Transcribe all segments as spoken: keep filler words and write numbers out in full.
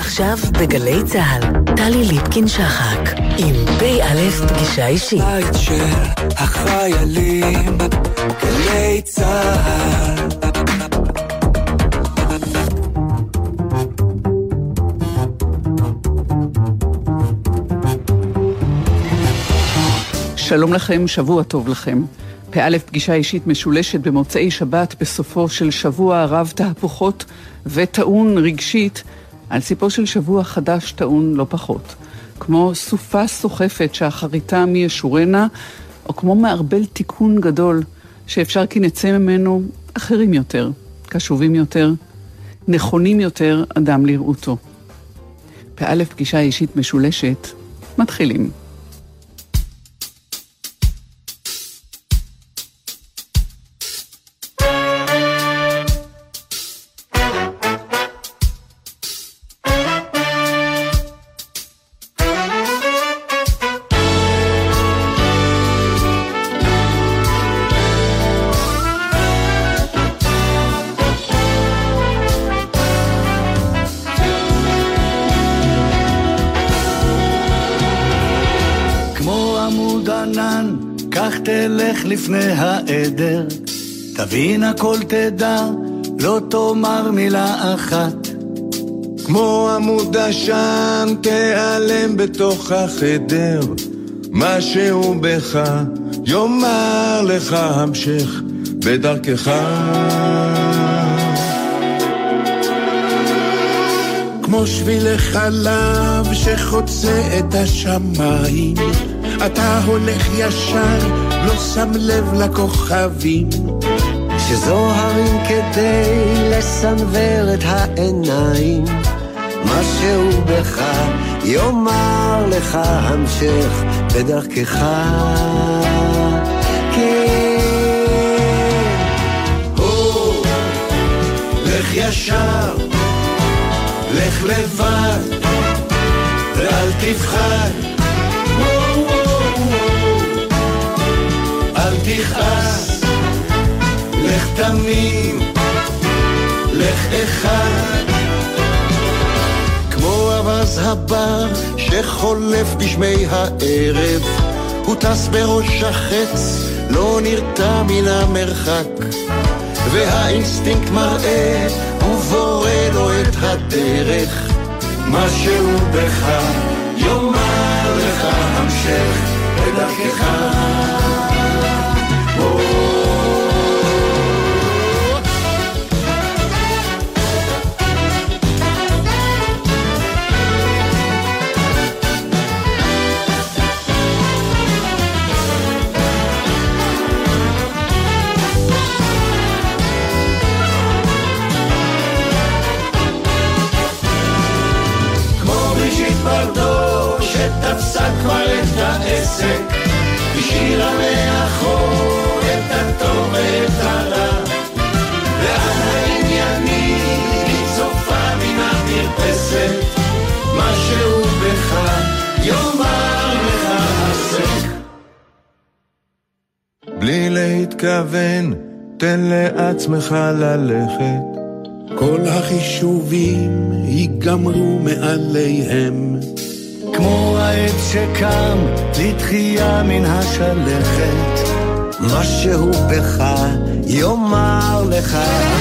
עכשיו בגלי צהל, טלי ליפקין שחק, עם פי א' פגישה אישית. בית של החיילים, גלי צהל. שלום לכם, שבוע טוב לכם. פא' פגישה אישית משולשת במוצאי שבת בסופו של שבוע רב תהפוכות וטעון רגשית, על סיפו של שבוע חדש טעון לא פחות. כמו סופה סוחפת שאחריתה מי ישורנה, או כמו מערבל תיקון גדול שאפשר כי נצא ממנו אחרים יותר, קשובים יותר, נכונים יותר אדם לראותו. פא' פגישה אישית משולשת, מתחילים. לפני העדר, תבין הכל תדע, לא תאמר מילה אחת. כמו עמוד עשן תיעלם בתוך החדר, משהו בך יאמר לך המשך בדרכך. כמו שביל חלב שחוצה את השמיים, אתה הולך ישר, לא שם לב לכוכבים שזוהרים כדי לסנבר את העיניים. משהו בך יאמר לך המשך בדרכך. כן, הו, לך ישר, לך לבד ואל תפחד, אל תכעס, לך תמים, לך אחד. כמו אבז הבר שחולף בשמי הערב, הוא טס בראש החץ, לא נרתע מן המרחק, והאינסטינקט מראה ובורא לו את הדרך. משהו בך יאמר לך המשך בדרכך. שתפסה כבר את העסק, השאירה מאחור את הטוב ואת הרע, ועל העניינים היא צופה מן המרפסת. משהו בך יאמר לך עסק. בלי להתכוון תן לעצמך ללכת, כל החישובים ייגמרו מעליהם. כמו העץ שקם לתחייה מן השלכת, משהו בך יאמר לך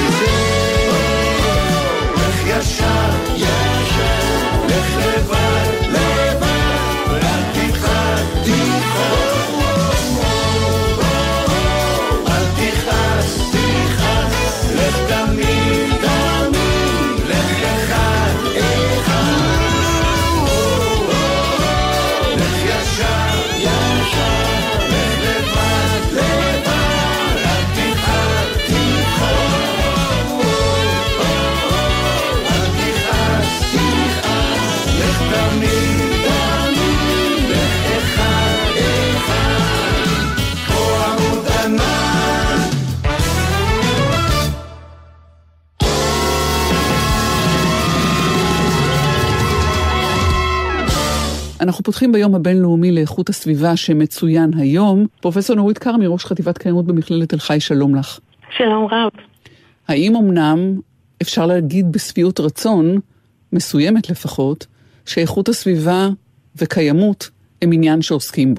לך ישר, ישר, לך לבד, לבד, ואל תפחד, תפחד, אל תכעס, תכעס, לך תמיד, תמיד, לך אחד, אחד. אנחנו פותחים ביום הבינלאומי לאיכות הסביבה שמצוין היום. פרופסור נורית כרמי, ראש חטיבת קיימות במכללת תל חי, שלום לך. שלום רב. האם אמנם אפשר להגיד בספיות רצון, מסוימת לפחות, שאיכות הסביבה וקיימות הם עניין שעוסקים בו?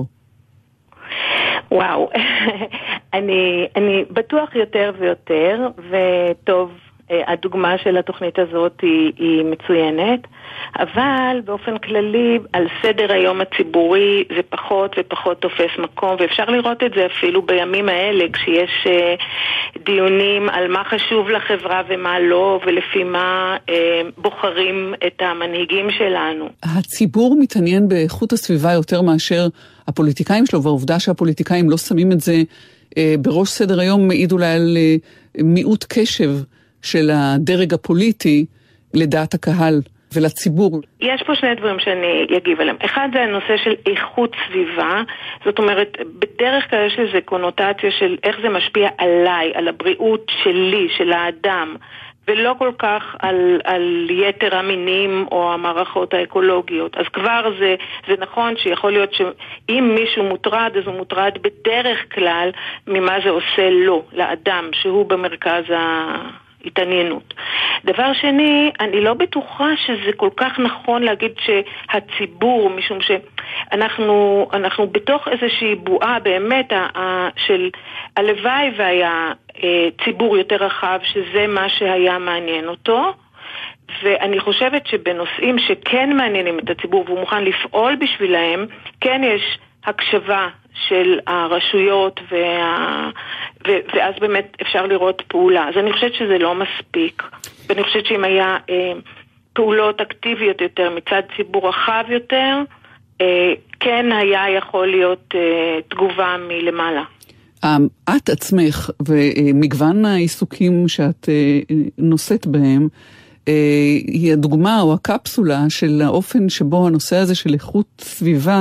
וואו, אני, אני בטוח יותר ויותר, וטוב, הדוגמה של התוכנית הזאת היא, היא מצוינת, אבל באופן כללי על סדר היום הציבורי זה פחות ופחות תופס מקום, ואפשר לראות את זה אפילו בימים האלה כשיש uh, דיונים על מה חשוב לחברה ומה לא, ולפי מה uh, בוחרים את המנהיגים שלנו. הציבור מתעניין באיכות הסביבה יותר מאשר הפוליטיקאים שלו, והעובדה שהפוליטיקאים לא שמים את זה uh, בראש סדר היום מעיד אולי על uh, מיעוט קשב של הדרג הפוליטי לדעת הקהל ולציבור. יש פה שני דברים שאני אגיב עליהם. אחד זה הנושא של איכות סביבה, זאת אומרת, בדרך כלל יש לזה קונוטציה של איך זה משפיע עליי, על הבריאות שלי, של האדם, ולא כל כך על, על יתר המינים או המערכות האקולוגיות. אז כבר זה, זה נכון שיכול להיות שאם מישהו מוטרד, אז הוא מוטרד בדרך כלל ממה זה עושה לו, לאדם, שהוא במרכז ה... התעניינות. דבר שני, אני לא בטוחה שזה כל כך נכון להגיד שהציבור, משום שאנחנו אנחנו בתוך איזושהי בועה באמת ה, ה, של הלוואי והיה אה, ציבור יותר רחב, שזה מה שהיה מעניין אותו, ואני חושבת שבנושאים שכן מעניינים את הציבור והוא מוכן לפעול בשבילהם, כן יש הקשבה של הרשויות וה... ו... ואז באמת אפשר לראות פעולה. אז אני חושבת שזה לא מספיק. ואני חושבת שאם היה אה, פעולות אקטיביות יותר מצד ציבור רחב יותר, אה, כן היה יכול להיות אה, תגובה מלמעלה. את עצמך ומגוון העיסוקים שאת נושאת בהם, היא הדוגמה או הקפסולה של האופן שבו הנושא הזה של איכות סביבה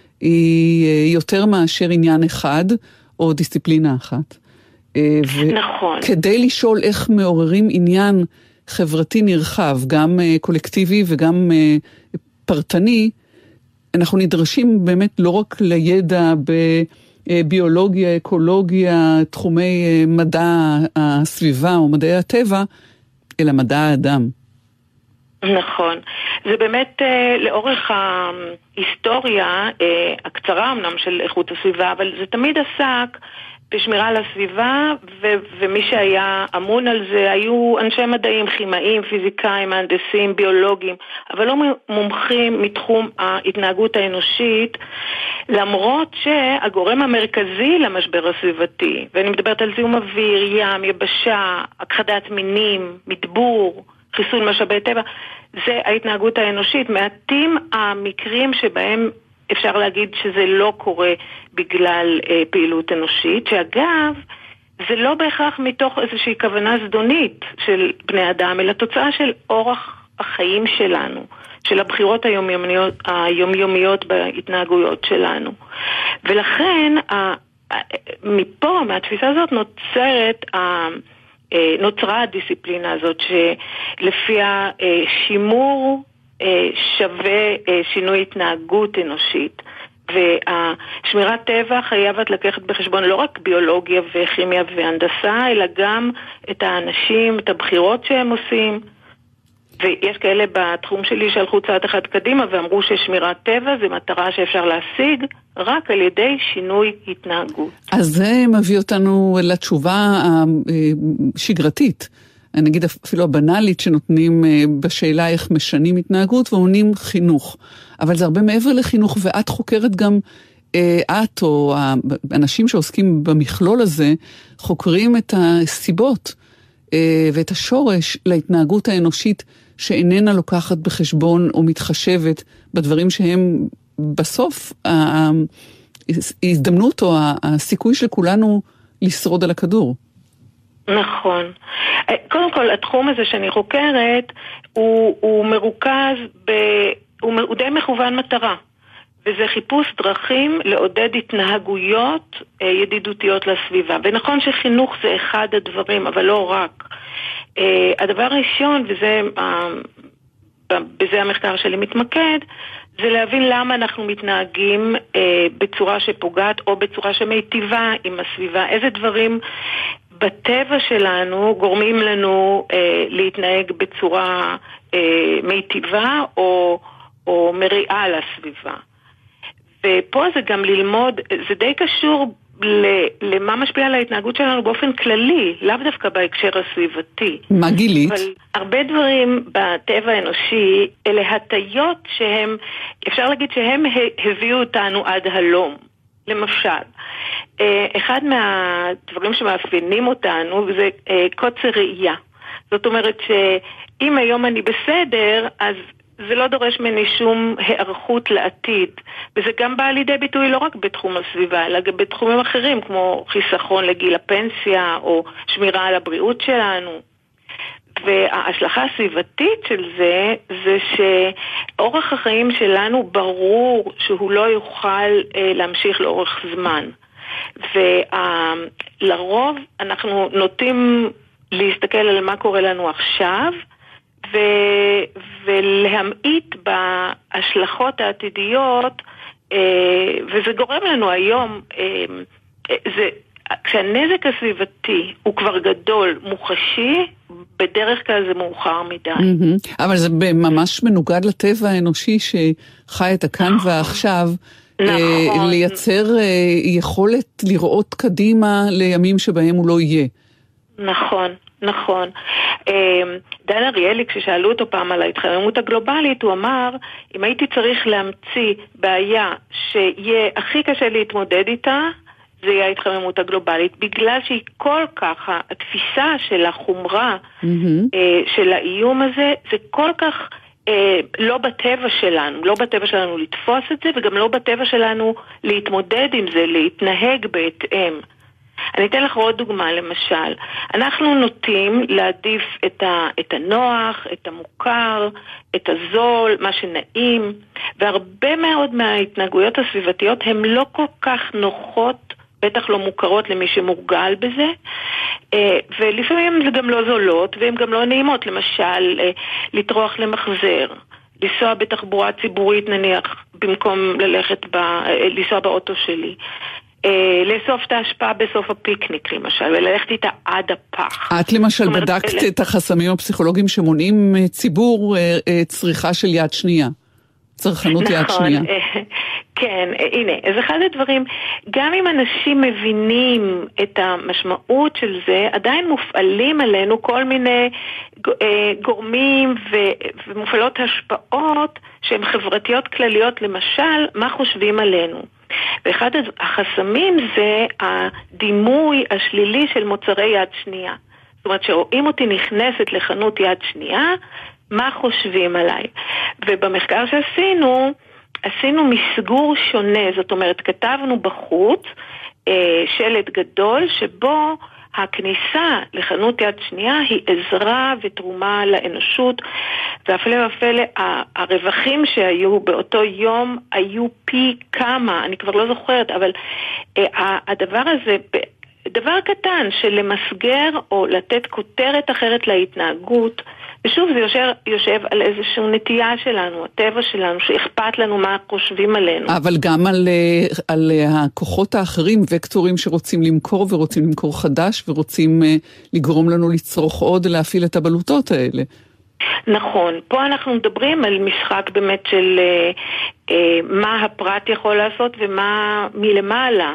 היא יותר מאשר עניין אחד או דיסציפלינה אחת. נכון. כדי לשאול איך מעוררים עניין חברתי נרחב, גם קולקטיבי וגם פרטני, אנחנו נדרשים באמת לא רק לידע בביולוגיה, אקולוגיה, תחומי מדע הסביבה או מדעי הטבע, אלא מדע האדם. נכון. זה באמת לאורך ההיסטוריה הקצרה אמנם של איכות הסביבה, אבל זה תמיד עסק בשמירה על הסביבה, ו- ומי שהיה אמון על זה היו אנשי מדעים, כימאים, פיזיקאים, מהנדסים, ביולוגים, אבל לא מומחים מתחום ההתנהגות האנושית, למרות שהגורם המרכזי למשבר הסביבתי, ואני מדברת על זיהום אוויר, ים, יבשה, הכחדת מינים, מדבור, חיסול משאבי טבע, זה ההתנהגות האנושית. מעטים המקרים שבהם אפשר להגיד שזה לא קורה בגלל אה, פעילות אנושית, שאגב, זה לא בהכרח מתוך איזושהי כוונה זדונית של בני אדם, אלא תוצאה של אורח החיים שלנו, של הבחירות היומיומיות, היומיומיות בהתנהגויות שלנו. ולכן, ה, מפה, מהתפיסה הזאת, נוצרת ה... נוצרה הדיסציפלינה הזאת שלפיה שימור שווה שינוי התנהגות אנושית, והשמירת טבע חייבת לקחת בחשבון לא רק ביולוגיה וכימיה והנדסה, אלא גם את האנשים, את הבחירות שהם עושים. ויש כאלה בתחום שלי שהלכו צעד אחד קדימה ואמרו ששמירת טבע זה מטרה שאפשר להשיג רק על ידי שינוי התנהגות. אז זה מביא אותנו לתשובה השגרתית, נגיד אפילו הבנלית שנותנים בשאלה איך משנים התנהגות ועונים חינוך. אבל זה הרבה מעבר לחינוך, ואת חוקרת גם, את או האנשים שעוסקים במכלול הזה, חוקרים את הסיבות ואת השורש להתנהגות האנושית שאיננה לוקחת בחשבון או מתחשבת בדברים שהם בסוף ההזדמנות או הסיכוי של כולנו לשרוד על הכדור. נכון. קודם כל, התחום הזה שאני חוקרת הוא, הוא מרוכז, ב, הוא, הוא די מכוון מטרה. וזה חיפוש דרכים לעודד התנהגויות ידידותיות לסביבה. ונכון שחינוך זה אחד הדברים, אבל לא רק. הדבר הראשון, וזה בזה המחקר שלי מתמקד, זה להבין למה אנחנו מתנהגים בצורה שפוגעת או בצורה שמיטיבה עם הסביבה. איזה דברים בטבע שלנו גורמים לנו אה, להתנהג בצורה אה, מיטיבה או, או מריעה לסביבה. ופה זה גם ללמוד, זה די קשור למה משפיע על ההתנהגות שלנו באופן כללי, לאו דווקא בהקשר הסביבתי. מה גילית? אבל הרבה דברים בטבע האנושי, אלה הטיות שהם, אפשר להגיד שהם הביאו אותנו עד הלום. למשל, אחד מהדברים שמאפיינים אותנו זה קוצר ראייה. זאת אומרת שאם היום אני בסדר, אז זה לא דורש ממני שום הערכות לעתיד. וזה גם בא לידי ביטוי לא רק בתחום הסביבה, אלא גם בתחומים אחרים, כמו חיסכון לגיל הפנסיה, או שמירה על הבריאות שלנו. וההשלכה הסביבתית של זה, זה שאורח החיים שלנו ברור שהוא לא יוכל אה, להמשיך לאורך זמן. ולרוב אנחנו נוטים להסתכל על מה קורה לנו עכשיו, ו... ולהמעיט בהשלכות העתידיות, אה, וזה גורם לנו היום, אה, זה... כשהנזק הסביבתי הוא כבר גדול, מוחשי, בדרך כלל זה מאוחר מדי. Mm-hmm. אבל זה ממש מנוגד לטבע האנושי שחי את הכאן ועכשיו, נכון. אה, לייצר אה, יכולת לראות קדימה לימים שבהם הוא לא יהיה. נכון, נכון. אה, דן אריאלי, כששאלו אותו פעם על ההתחממות הגלובלית, הוא אמר, אם הייתי צריך להמציא בעיה שיהיה הכי קשה להתמודד איתה, זה יהיה ההתחממות הגלובלית, בגלל שהיא כל כך, התפיסה של החומרה mm-hmm. אה, של האיום הזה, זה כל כך אה, לא בטבע שלנו, לא בטבע שלנו לתפוס את זה, וגם לא בטבע שלנו להתמודד עם זה, להתנהג בהתאם. אני אתן לך עוד דוגמה, למשל. אנחנו נוטים להעדיף את, ה, את הנוח, את המוכר, את הזול, מה שנעים, והרבה מאוד מההתנהגויות הסביבתיות הן לא כל כך נוחות, בטח לא מוכרות למי שמורגל בזה, ולפעמים זה גם לא זולות, והן גם לא נעימות, למשל, לטרוח למחזר, לנסוע בתחבורה ציבורית נניח, במקום ללכת ב, לנסוע באוטו שלי, לאסוף את ההשפעה בסוף הפיקניק למשל, וללכת איתה עד הפח. את למשל בדקת אלה... את החסמים הפסיכולוגיים שמונעים ציבור צריכה של יד שנייה. צרכנות נכון, יד שנייה. כן, הנה, אז אחד הדברים, גם אם אנשים מבינים את המשמעות של זה, עדיין מופעלים עלינו כל מיני גורמים ומופעלות השפעות שהן חברתיות כלליות, למשל, מה חושבים עלינו. ואחד החסמים זה הדימוי השלילי של מוצרי יד שנייה. זאת אומרת, שרואים אותי נכנסת לחנות יד שנייה, מה חושבים עליי? ובמחקר שעשינו, עשינו מסגור שונה, זאת אומרת, כתבנו בחוץ אה, שלט גדול שבו הכניסה לחנות יד שנייה היא עזרה ותרומה לאנושות, והפלא ופלא, הרווחים שהיו באותו יום היו פי כמה, אני כבר לא זוכרת, אבל אה, הדבר הזה, דבר קטן של למסגר או לתת כותרת אחרת להתנהגות, ושוב זה יושב, יושב על איזושהי נטייה שלנו, הטבע שלנו, שאכפת לנו מה חושבים עלינו. אבל גם על, על הכוחות האחרים, וקטורים שרוצים למכור ורוצים למכור חדש, ורוצים לגרום לנו לצרוך עוד, להפעיל את הבלוטות האלה. נכון, פה אנחנו מדברים על משחק באמת של אה, מה הפרט יכול לעשות ומה מלמעלה.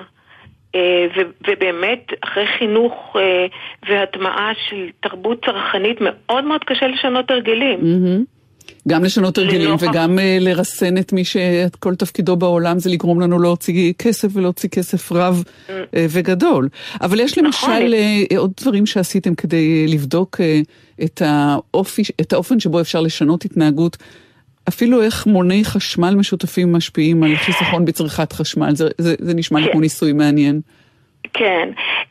ובאמת אחרי חינוך והטמעה של תרבות צרכנית מאוד מאוד קשה לשנות הרגלים. גם לשנות הרגלים וגם לרסן את מי שכל תפקידו בעולם זה לגרום לנו להוציא כסף ולהוציא כסף רב וגדול. אבל יש למשל עוד דברים שעשיתם כדי לבדוק את האופי, את האופן שבו אפשר לשנות התנהגות, אפילו איך מוני חשמל משותפים משפיעים על חיסכון בצריכת חשמל. זה, זה, זה נשמע לי כמו ניסוי מעניין. כן.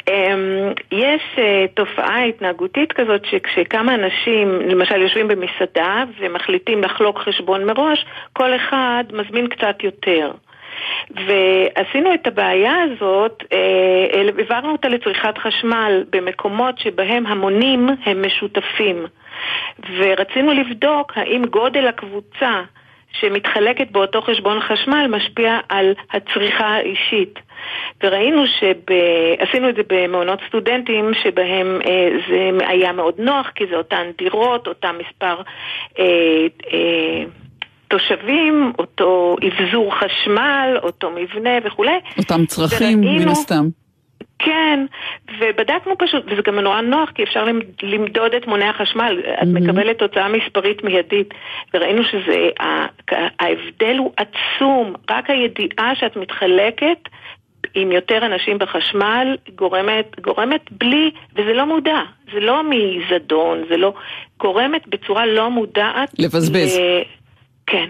יש תופעה התנהגותית כזאת שכשכמה אנשים, למשל יושבים במסעדה ומחליטים לחלוק חשבון מראש, כל אחד מזמין קצת יותר. ועשינו את הבעיה הזאת, העברנו אותה לצריכת חשמל במקומות שבהם המונים הם משותפים. ורצינו לבדוק האם גודל הקבוצה שמתחלקת באותו חשבון חשמל משפיע על הצריכה האישית. וראינו שעשינו את זה במעונות סטודנטים שבהם זה היה מאוד נוח, כי זה אותן דירות, אותם מספר אה, אה, תושבים, אותו אבזור חשמל, אותו מבנה וכו'. אותם צרכים מן הסתם. כן, ובדקנו פשוט, וזה גם נורא נוח, כי אפשר למדוד את מוני החשמל, את mm-hmm. מקבלת תוצאה מספרית מיידית, וראינו שזה, ההבדל הוא עצום, רק הידיעה שאת מתחלקת עם יותר אנשים בחשמל, גורמת, גורמת בלי, וזה לא מודע, זה לא מזדון, זה לא, גורמת בצורה לא מודעת. לבזבז. ל... כן.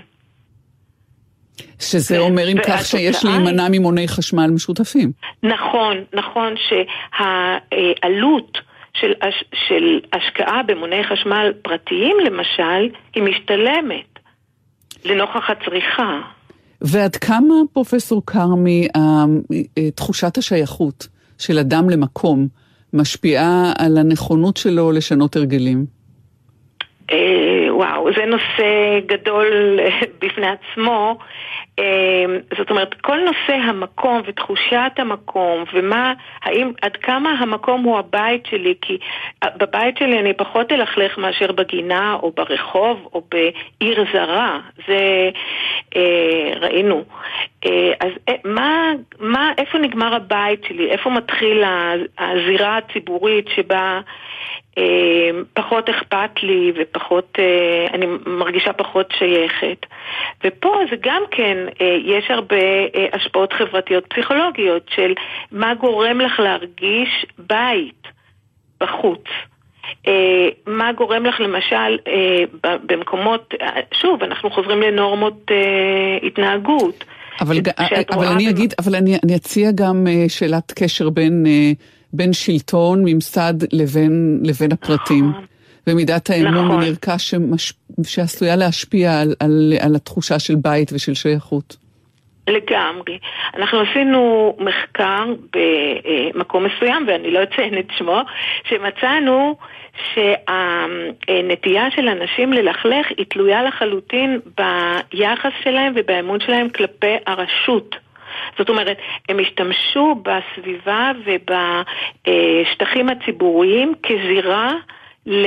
שזה אומר אם כך שיש להימנע ממוני חשמל משותפים. נכון, נכון שהעלות של, של השקעה במוני חשמל פרטיים למשל, היא משתלמת לנוכח הצריכה. ועד כמה, פרופסור קרמי, תחושת השייכות של אדם למקום משפיעה על הנכונות שלו לשנות הרגלים? וואו, זה נושא גדול בפני עצמו. זאת אומרת, כל נושא המקום ותחושת המקום ומה, האם, עד כמה המקום הוא הבית שלי, כי בבית שלי אני פחות אלכלך מאשר בגינה או ברחוב או בעיר זרה, זה ראינו. אז מה, מה, איפה נגמר הבית שלי? איפה מתחיל הזירה הציבורית שבה פחות אכפת לי ופחות, אני מרגישה פחות שייכת. ופה זה גם כן, יש הרבה השפעות חברתיות פסיכולוגיות של מה גורם לך להרגיש בית בחוץ. מה גורם לך למשל במקומות, שוב, אנחנו חוזרים לנורמות התנהגות. אבל, אבל אני אגיד, אבל אני, אני אציע גם שאלת קשר בין בין שלטון, ממסד, לבין, לבין הפרטים. נכון. ומידת האמון נכון. ונרכה שמש... שעשויה להשפיע על, על, על התחושה של בית ושל שייכות. לגמרי. אנחנו עשינו מחקר במקום מסוים, ואני לא אציין את שמו, שמצאנו שהנטייה של אנשים ללכלך היא תלויה לחלוטין ביחס שלהם ובאמון שלהם כלפי הרשות. זאת אומרת, הם השתמשו בסביבה ובשטחים הציבוריים כזירה ל...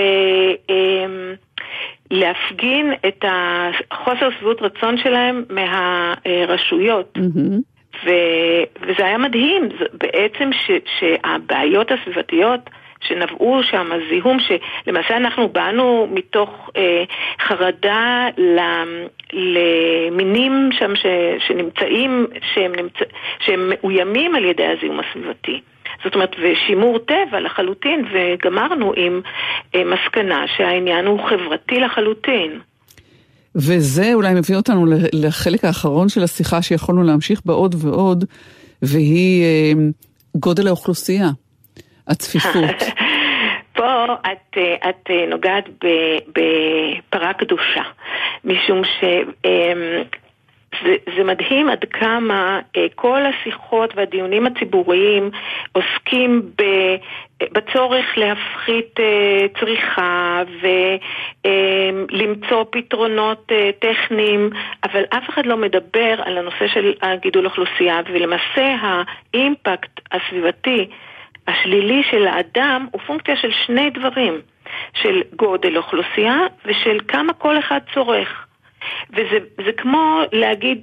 להפגין את החוסר סביבות רצון שלהם מהרשויות. Mm-hmm. ו... וזה היה מדהים, בעצם ש... שהבעיות הסביבתיות שנבעו שם, הזיהום, שלמעשה אנחנו באנו מתוך אה, חרדה למינים שם ש, שנמצאים, שהם, נמצא, שהם מאוימים על ידי הזיהום הסביבתי. זאת אומרת, ושימור טבע לחלוטין, וגמרנו עם אה, מסקנה שהעניין הוא חברתי לחלוטין. וזה אולי מביא אותנו לחלק האחרון של השיחה שיכולנו להמשיך בעוד ועוד, והיא אה, גודל האוכלוסייה. הצפיפות. פה את, את נוגעת בפרה קדושה, משום שזה זה מדהים עד כמה כל השיחות והדיונים הציבוריים עוסקים בצורך להפחית צריכה ולמצוא פתרונות טכניים, אבל אף אחד לא מדבר על הנושא של גידול אוכלוסייה, ולמעשה האימפקט הסביבתי השלילי של האדם הוא פונקציה של שני דברים, של גודל אוכלוסייה ושל כמה כל אחד צורך. וזה זה כמו להגיד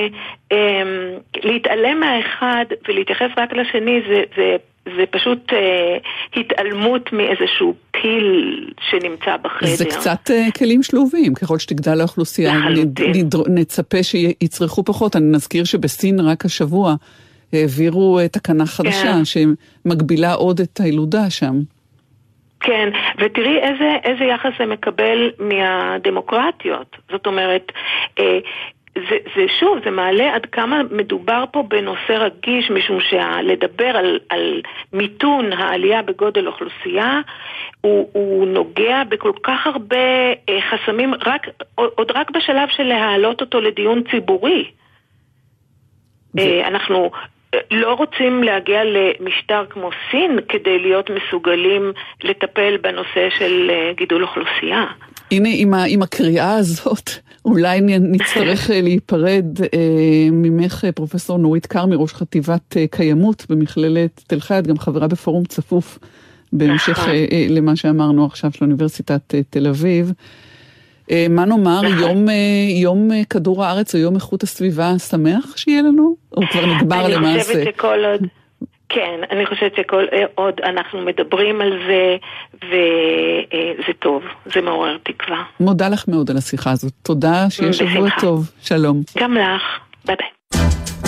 שלהתעלם מהאחד ולהתייחס רק לשני, זה, זה, זה פשוט אה, התעלמות מאיזשהו פיל שנמצא בחדר. זה קצת אה, כלים שלובים, ככל שתגדל האוכלוסייה, נד, נד, נצפה שיצרכו פחות. אני נזכיר שבסין רק השבוע העבירו תקנה חדשה, כן. שמגבילה עוד את הילודה שם. כן, ותראי איזה, איזה יחס זה מקבל מהדמוקרטיות. זאת אומרת, אה, זה, זה שוב, זה מעלה עד כמה מדובר פה בנושא רגיש, משום שלדבר על, על מיתון העלייה בגודל אוכלוסייה, הוא, הוא נוגע בכל כך הרבה אה, חסמים, רק, עוד רק בשלב של להעלות אותו לדיון ציבורי. ו... אה, אנחנו... לא רוצים להגיע למשטר כמו סין כדי להיות מסוגלים לטפל בנושא של גידול אוכלוסייה. הנה, עם, ה, עם הקריאה הזאת, אולי נצטרך להיפרד אה, ממך, פרופסור נורית כרמי, ראש חטיבת אה, קיימות במכללת תל חי, את גם חברה בפורום צפוף, בהמשך אה, אה, למה שאמרנו עכשיו של אוניברסיטת אה, תל אביב. אה, מה נאמר, יום, אה, יום אה, כדור הארץ או יום איכות הסביבה שמח שיהיה לנו? או כבר נגמר למעשה? אני חושבת שכל עוד... כן, אני חושבת שכל עוד אנחנו מדברים על זה, וזה טוב, זה מעורר תקווה. מודה לך מאוד על השיחה הזאת. תודה, שיהיה שבוע טוב. שלום. גם לך. ביי ביי.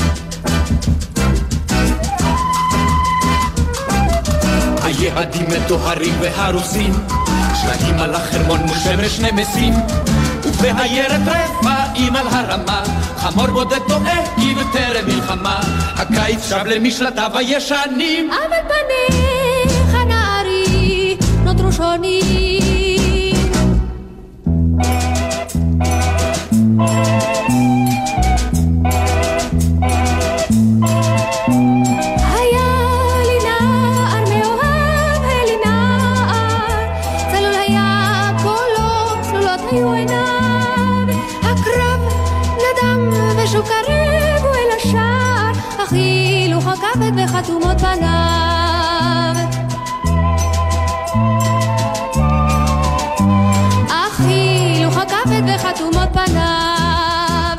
היהודים מטוהרים והרוסים, שלגים על החרמון מול שמש נמסים, ובהיירת רפאים על הרמה, חמור בודד טועה כי בטרם מלחמה, הקיץ שב למשלטיו הישנים. אבל פניך נערי נותרו שונים, וקרבו אל השער, אכילו חכבת וחתומות פניו, אכילו חכבת וחתומות פניו.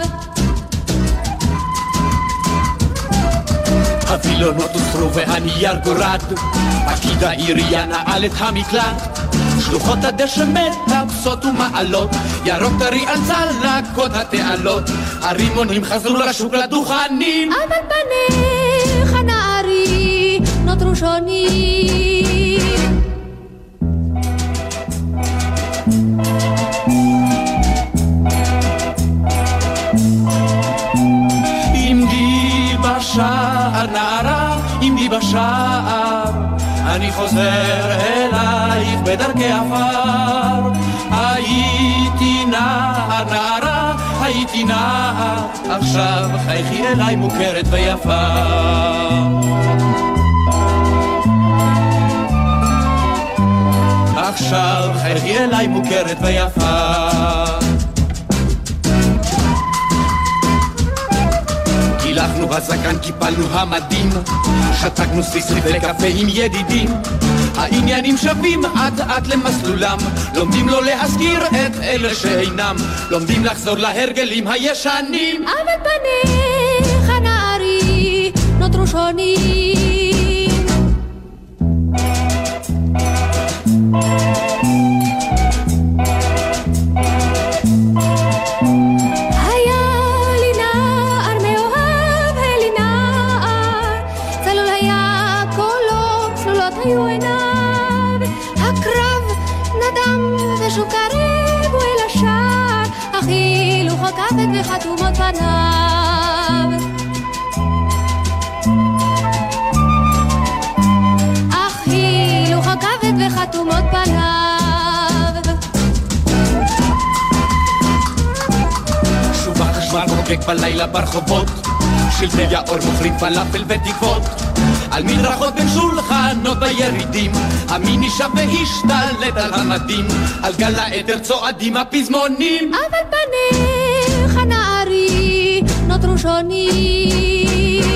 הווילונות הוסרו והנייר גורד, פקיד העירייה נעל את המקלט, שלוחות הדשא מטפסות ומעלות, ירוק טרי על צלקות התעלות, הרימונים חזרו לשוק לדוכנים. אבל פניך נערי נותרו שונים, עמדי בשער נערה, עמדי בשער, אני חוזר אלייך בדרכי עפר, הייתי נער נערה, הייתי נער, עכשיו חייכי אליי מוכרת ויפה. עכשיו חייכי אליי מוכרת ויפה. הלכנו בזקן, קיפלנו המדים, שתקנו סיסרי וקפה עם ידידים, העניינים שווים עד עד למסלולם, לומדים לא להזכיר את אלה שאינם, לומדים לחזור להרגלים הישנים. אבל פניך נערי נותרו שונים, וקרבו אל השער, אכילו חכבת וחתומות פניו, אכילו חכבת וחתומות פניו. שוב החשמל חוקק בלילה ברחובות, שלטי יאור מוכרים פלאפל ותקוות, על מדרכות בין שולחנות בירידים, המיני שב והשתלט על המדים, על גל העדר צועדים הפזמונים. אבל פניך נערי נותרו שונים,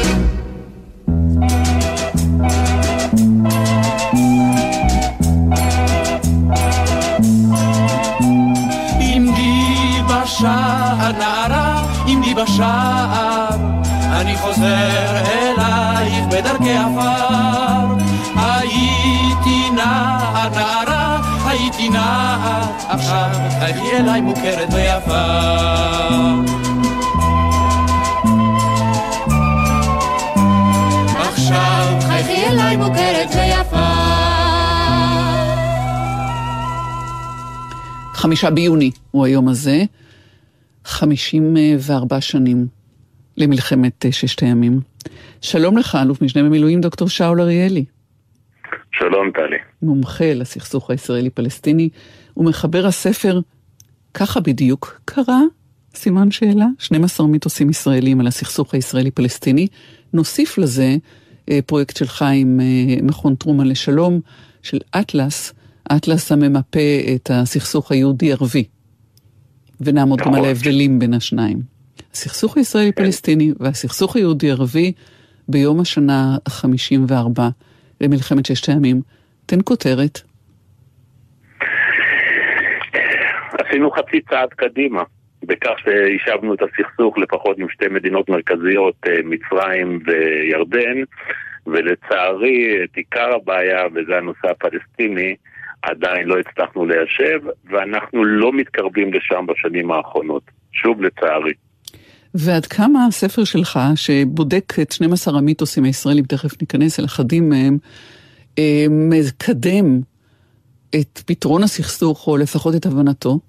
עמדי בשער נערה, עמדי בשער, אני חוזר אלייך בדרכי עפר, הייתי נער נערה, הייתי נער, עכשיו חייכי אליי מוכרת ויפה. עכשיו חייכי אליי מוכרת ויפה. חמישה ביוני הוא היום הזה, חמישים וארבע שנים למלחמת ששת הימים. שלום לך, אלוף משנה במילואים דוקטור שאול אריאלי. שלום טלי. מומחה לסכסוך הישראלי-פלסטיני, ומחבר הספר ככה בדיוק קרה, סימן שאלה, שנים עשר מיתוסים ישראלים על הסכסוך הישראלי-פלסטיני. נוסיף לזה פרויקט שלך עם מכון טרומן לשלום, של אטלס, האטלס הממפה את הסכסוך היהודי-ערבי, ונעמוד גם על ההבדלים בין השניים. הסכסוך הישראלי-פלסטיני והסכסוך היהודי-ערבי ביום השנה ה-חמישים וארבע למלחמת ששת הימים. תן כותרת. עשינו חצי צעד קדימה, בכך שהישבנו את הסכסוך לפחות עם שתי מדינות מרכזיות, מצרים וירדן, ולצערי את עיקר הבעיה, וזה הנושא הפלסטיני, עדיין לא הצלחנו ליישב, ואנחנו לא מתקרבים לשם בשנים האחרונות. שוב לצערי. ועד כמה הספר שלך, שבודק את שנים עשר המיתוסים הישראלים, תכף ניכנס אל אחדים מהם, מקדם את פתרון הסכסוך, או לפחות את הבנתו?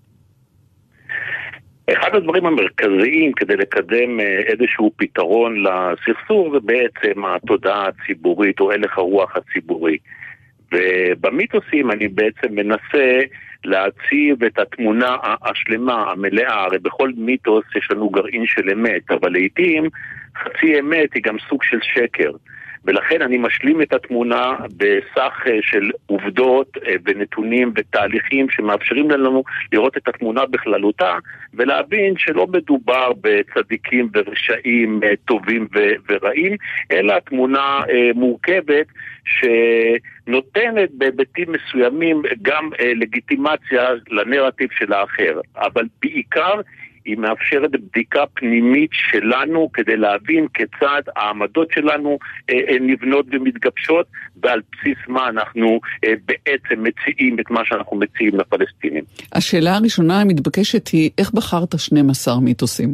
אחד הדברים המרכזיים כדי לקדם איזשהו פתרון לסכסוך, זה בעצם התודעה הציבורית, או הלך הרוח הציבורי. ובמיתוסים אני בעצם מנסה להציב את התמונה השלמה, המלאה. הרי בכל מיתוס יש לנו גרעין של אמת, אבל לעתים חצי אמת היא גם סוג של שקר. ולכן אני משלים את התמונה בסך של עובדות ונתונים ותהליכים שמאפשרים לנו לראות את התמונה בכללותה, ולהבין שלא מדובר בצדיקים ורשעים טובים ורעים, אלא תמונה מורכבת שנותנת בהיבטים מסוימים גם לגיטימציה לנרטיב של האחר. אבל בעיקר היא מאפשרת בדיקה פנימית שלנו כדי להבין כיצד העמדות שלנו נבנות ומתגבשות, ועל בסיס מה אנחנו בעצם מציעים את מה שאנחנו מציעים לפלסטינים. השאלה הראשונה המתבקשת היא, איך בחרת שנים עשר מיתוסים?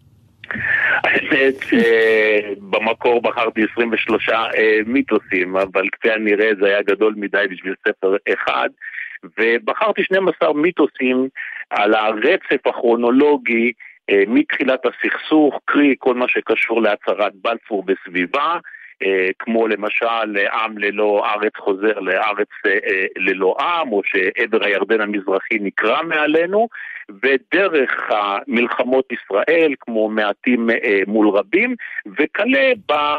האמת שבמקור בחרתי עשרים ושלושה מיתוסים, אבל כפי הנראה זה היה גדול מדי בשביל ספר אחד, ובחרתי שנים עשר מיתוסים על הרצף הכרונולוגי מתחילת הסכסוך, קרי כל מה שקשור להצהרת בלפור בסביבה, כמו למשל עם ללא ארץ חוזר לארץ ללא עם, או שעבר הירדן המזרחי נקרא מעלינו, ודרך המלחמות ישראל כמו מעטים מול רבים, וכלה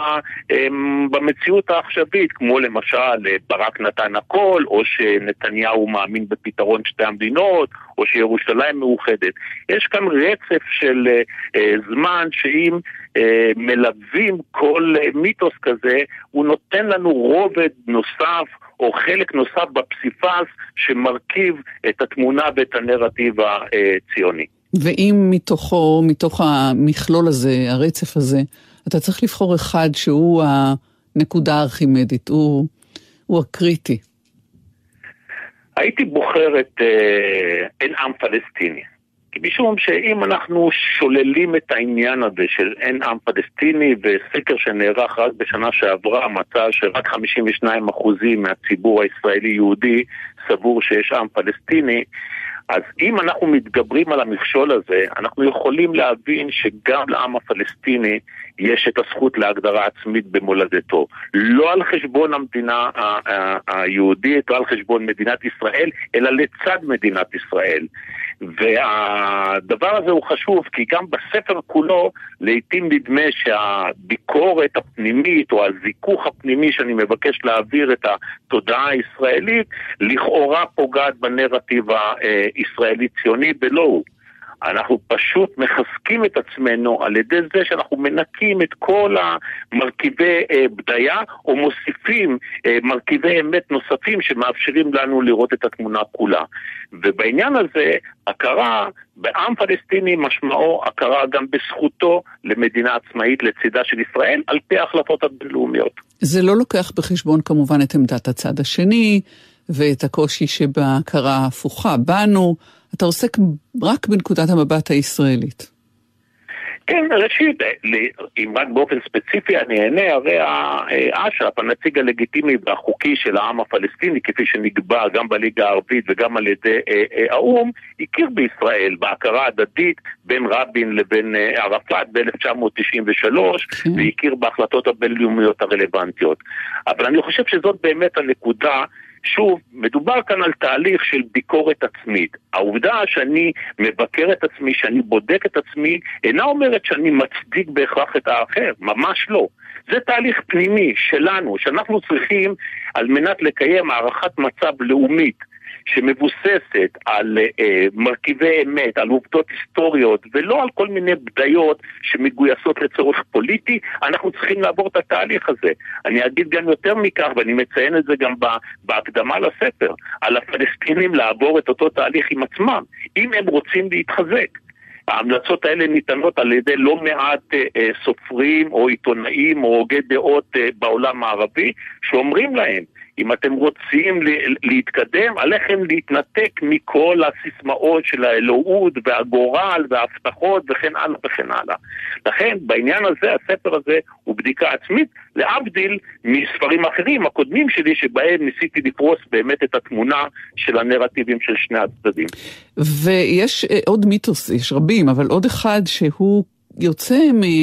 במציאות העכשווית, כמו למשל ברק נתן הכל, או שנתניהו מאמין בפתרון שתי המדינות, או שירושלים מאוחדת. יש כאן רצף של זמן שאם מלווים כל מיתוס כזה, הוא נותן לנו רובד נוסף או חלק נוסף בפסיפס שמרכיב את התמונה ואת הנרטיב הציוני. ואם מתוכו, מתוך המכלול הזה, הרצף הזה, אתה צריך לבחור אחד שהוא הנקודה הארכימדית, הוא, הוא הקריטי. הייתי בוחר את אה, אין עם פלסטיני. כי משום שאם אנחנו שוללים את העניין הזה של אין עם פלסטיני, וסקר שנערך רק בשנה שעברה מצא שרק חמישים ושניים אחוזים מהציבור הישראלי יהודי סבור שיש עם פלסטיני, אז אם אנחנו מתגברים על המכשול הזה, אנחנו יכולים להבין שגם לעם הפלסטיני יש את הזכות להגדרה עצמית במולדתו. לא על חשבון המדינה היהודית, לא על חשבון מדינת ישראל, אלא לצד מדינת ישראל. והדבר הזה הוא חשוב, כי גם בספר כולו לעתים נדמה שהביקורת הפנימית או הזיכוך הפנימי שאני מבקש להעביר את התודעה הישראלית לכאורה פוגעת בנרטיב הישראלי ציוני, ולא הוא. אנחנו פשוט מחזקים את עצמנו על ידי זה שאנחנו מנקים את כל המרכיבי בדיה, או מוסיפים מרכיבי אמת נוספים שמאפשרים לנו לראות את התמונה כולה. ובעניין הזה, הכרה בעם פלסטיני משמעו הכרה גם בזכותו למדינה עצמאית לצידה של ישראל, על פי ההחלטות הבינלאומיות. זה לא לוקח בחשבון כמובן את עמדת הצד השני, ואת הקושי שבהכרה ההפוכה בנו. אתה עוסק רק בנקודת המבט הישראלית. כן, ראשית, אם רק באופן ספציפי אני אענה, הרי האש"ף, הנציג הלגיטימי והחוקי של העם הפלסטיני, כפי שנקבע גם בליגה הערבית וגם על ידי האו"ם, הכיר בישראל בהכרה הדדית בין רבין לבין ערפאת ב-אלף תשע מאות תשעים ושלוש, כן. והכיר בהחלטות הבינלאומיות הרלוונטיות. אבל אני חושב שזאת באמת הנקודה. שוב, מדובר כאן על תהליך של ביקורת עצמית. העובדה שאני מבקר את עצמי, שאני בודק את עצמי, אינה אומרת שאני מצדיק בהכרח את האחר, ממש לא. זה תהליך פנימי שלנו, שאנחנו צריכים על מנת לקיים הערכת מצב לאומית, שמבוססת על אה, מרכיבי אמת, על עובדות היסטוריות, ולא על כל מיני בדיות שמגויסות לצורך פוליטי, אנחנו צריכים לעבור את התהליך הזה. אני אגיד גם יותר מכך, ואני מציין את זה גם בהקדמה לספר, על הפלסטינים לעבור את אותו תהליך עם עצמם, אם הם רוצים להתחזק. ההמלצות האלה ניתנות על ידי לא מעט אה, סופרים או עיתונאים או הוגי דעות אה, בעולם הערבי, שאומרים להם, אם אתם רוצים להתקדם, עליכם להתנתק מכל הסיסמאות של האלוהות והגורל וההבטחות וכן הלאה וכן הלאה. לכן בעניין הזה, הספר הזה הוא בדיקה עצמית, להבדיל מספרים אחרים, הקודמים שלי, שבהם ניסיתי לפרוס באמת את התמונה של הנרטיבים של שני הצדדים. ויש עוד מיתוס, יש רבים, אבל עוד אחד שהוא יוצא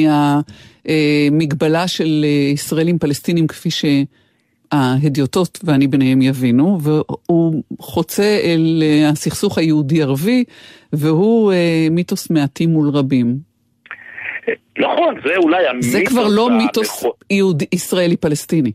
מהמגבלה של ישראלים פלסטינים כפי ש... ההדיוטות ואני ביניהם יבינו, והוא חוצה אל הסכסוך היהודי-ערבי, והוא מיתוס מעטים מול רבים. נכון, זה אולי המיתוס... זה כבר לא מיתוס יהודי, ישראלי-פלסטיני.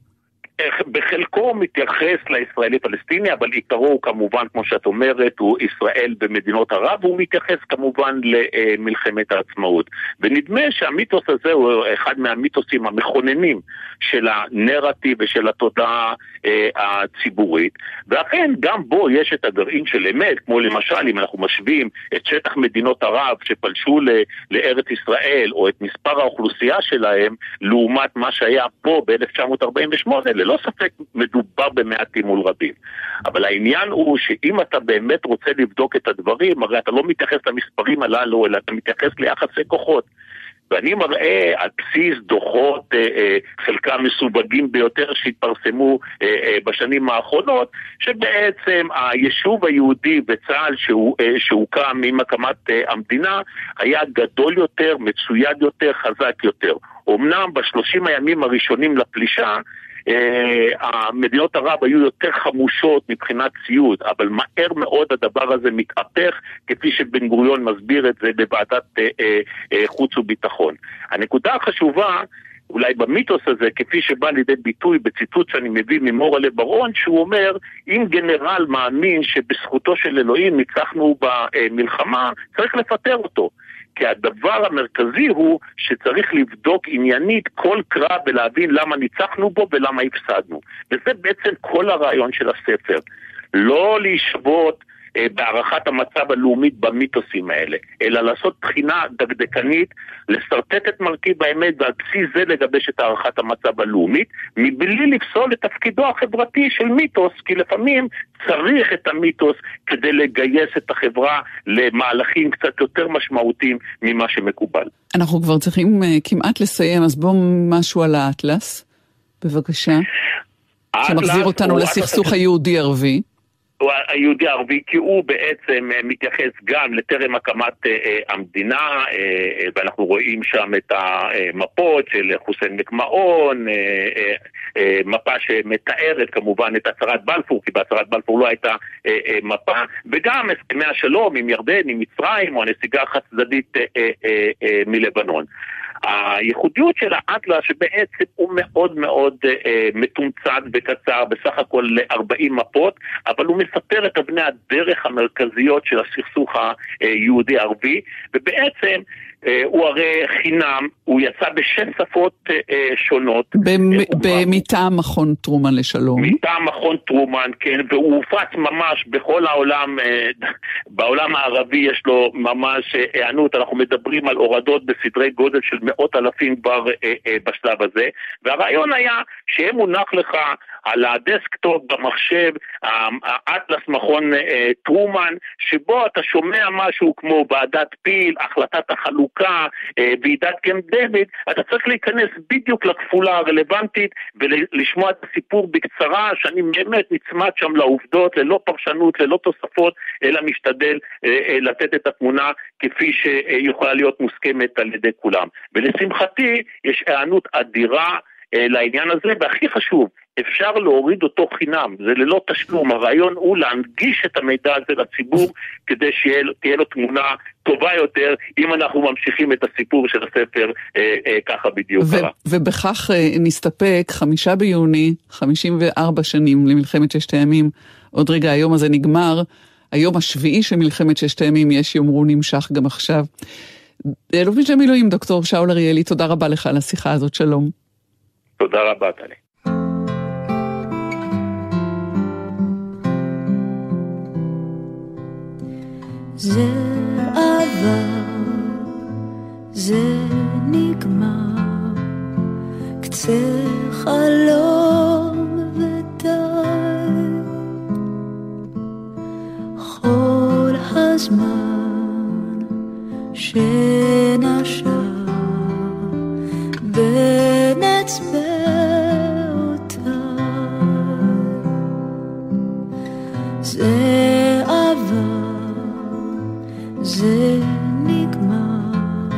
בחלקו הוא מתייחס לישראלי-פלסטיני, אבל עיקרו הוא כמובן, כמו שאת אומרת, הוא ישראל במדינות ערב, והוא מתייחס כמובן למלחמת העצמאות. ונדמה שהמיתוס הזה הוא אחד מהמיתוסים המכוננים של הנרטיב ושל התודעה אה, הציבורית, ואכן גם בו יש את הגרעין של אמת, כמו למשל אם אנחנו משווים את שטח מדינות ערב שפלשו ל- לארץ ישראל, או את מספר האוכלוסייה שלהם, לעומת מה שהיה פה ב-אלף תשע מאות ארבעים ושמונה, ללא ספק מדובר במעטים מול רבים. אבל העניין הוא שאם אתה באמת רוצה לבדוק את הדברים, הרי אתה לא מתייחס למספרים הללו, אלא אתה מתייחס ליחסי כוחות. ואני מראה על בסיס דוחות, אה, אה, חלקם מסווגים ביותר שהתפרסמו אה, אה, בשנים האחרונות, שבעצם היישוב היהודי בצה"ל שהוא, אה, שהוקם עם הקמת אה, המדינה, היה גדול יותר, מצויד יותר, חזק יותר. אמנם בשלושים הימים הראשונים לפלישה, Uh, המדינות ערב היו יותר חמושות מבחינת ציוד, אבל מהר מאוד הדבר הזה מתהפך, כפי שבן גוריון מסביר את זה בוועדת uh, uh, uh, חוץ וביטחון. הנקודה החשובה אולי במיתוס הזה, כפי שבא לידי ביטוי בציטוט שאני מביא ממורלה ברון, שהוא אומר, אם גנרל מאמין שבזכותו של אלוהים ניצחנו במלחמה, צריך לפטר אותו. כי הדבר המרכזי הוא שצריך לבדוק עניינית כל קרב ולהבין למה ניצחנו בו ולמה הפסדנו. וזה בעצם כל הרעיון של הספר. לא להישבות אה, בערכת המצב הלאומית במיתוסים האלה, אלא לעשות בחינה דקדקנית, לסרטט את מרכיב האמת ועל בסיס זה לגבש את הערכת המצב הלאומית, מבלי לפסול את תפקידו החברתי של מיתוס, כי לפעמים צריך את המיתוס כדי לגייס את החברה למהלכים קצת יותר משמעותיים ממה שמקובל. אנחנו כבר צריכים uh, כמעט לסיים, אז בואו משהו על האטלס, בבקשה, שמחזיר אותנו לסכסוך היהודי-ערבי. היהודי הערבי, כי הוא בעצם מתייחס גם לטרם הקמת המדינה, ואנחנו רואים שם את המפות של חוסיין מקמאון, מפה שמתארת כמובן את הצהרת בלפור, כי בהצהרת בלפור לא הייתה מפה, וגם הסכמי השלום עם ירדן, עם מצרים, או הנסיגה החד-צדדית מלבנון. הייחודיות של האטלס שבעצם הוא מאוד מאוד אה, מתומצת וקצר, בסך הכל ל-ארבעים מפות, אבל הוא מספר את אבני הדרך המרכזיות של הסכסוך היהודי-ערבי, ובעצם אה, הוא הרי חינם, הוא יצא בשש שפות אה, שונות. במטעם מכון טרומן לשלום. מטעם מכון טרומן, כן, והוא הופץ ממש בכל העולם, אה, בעולם הערבי יש לו ממש הענות, אנחנו מדברים על הורדות בסדרי גודל של מאות אלפים כבר אה, אה, בשלב הזה, והרעיון היה שהם מונח לך על הדסקטופ במחשב, האטלס מכון אה, טרומן, שבו אתה שומע משהו כמו ועדת פיל, החלטת החלוקה, אה, ועידת קמפ דייוויד, אתה צריך להיכנס בדיוק לכפולה הרלוונטית, ולשמוע את הסיפור בקצרה, שאני באמת נצמד שם לעובדות, ללא פרשנות, ללא תוספות, אלא משתדל אה, אה, לתת את התמונה כפי שיכולה להיות מוסכמת על ידי כולם. ולשמחתי, יש הענות אדירה אה, לעניין הזה, והכי חשוב, אפשר להוריד אותו חינם, זה ללא תשלום. הרעיון הוא להנגיש את המידע הזה לציבור, כדי שתהיה לו תמונה טובה יותר, אם אנחנו ממשיכים את הסיפור של הספר אה, אה, ככה בדיוק קרה. ובכך אה, נסתפק, חמישה ביוני, חמישים וארבע שנים למלחמת ששת הימים, עוד רגע היום הזה נגמר, היום השביעי של מלחמת ששת הימים, יש יאמרו נמשך גם עכשיו. אלוף משנה מילואים, דוקטור שאול אריאלי, תודה רבה לך על השיחה הזאת, שלום. תודה רבה, טלי. זה עבר, זה נגמר, קצה חלום ודי, כל הזמן שנשר בין אצבעותיי, זה עבר, זה נגמר,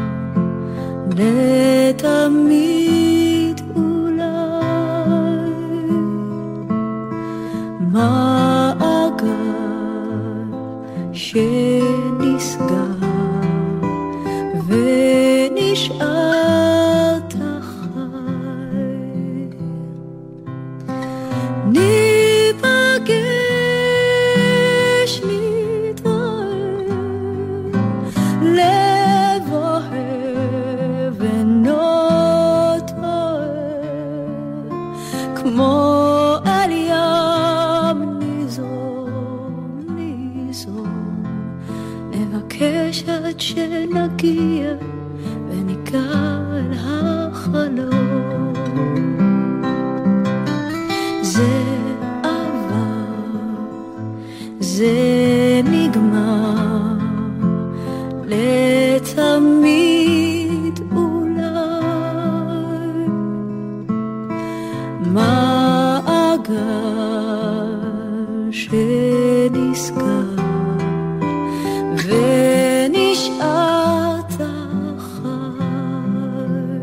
לתמיד אולי, מעגל שנסגר ונשארת חי, ניפגש נתראה, לב אוהב ונוט אוהב, כמו על ים ניזום ניזום, נבקש עד שנגיע וניגע אל החלום. זה עבר, זה נגמר, לתמיד אולי, מעגל שנסגר ונשארת חי,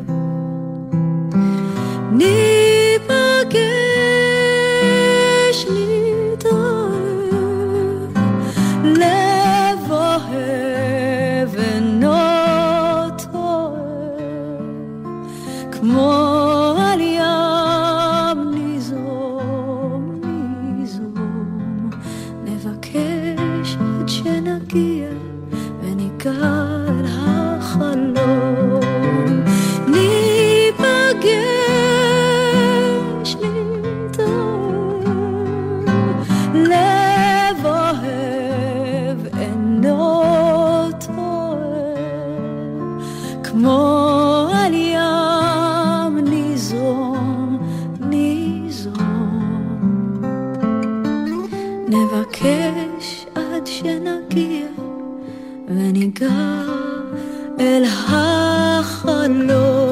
ניפגש נתראה, לב אוהב ונוט אוהב, כמו על ים ניזום ניזום, נבקש עד שנגיע וניגע אל החלום. ניפגש נתראה, לב אוהב אינות אוהב, כמו על ים ניזום ניזום, נבקש עד שנגיע וניגע אל החלום.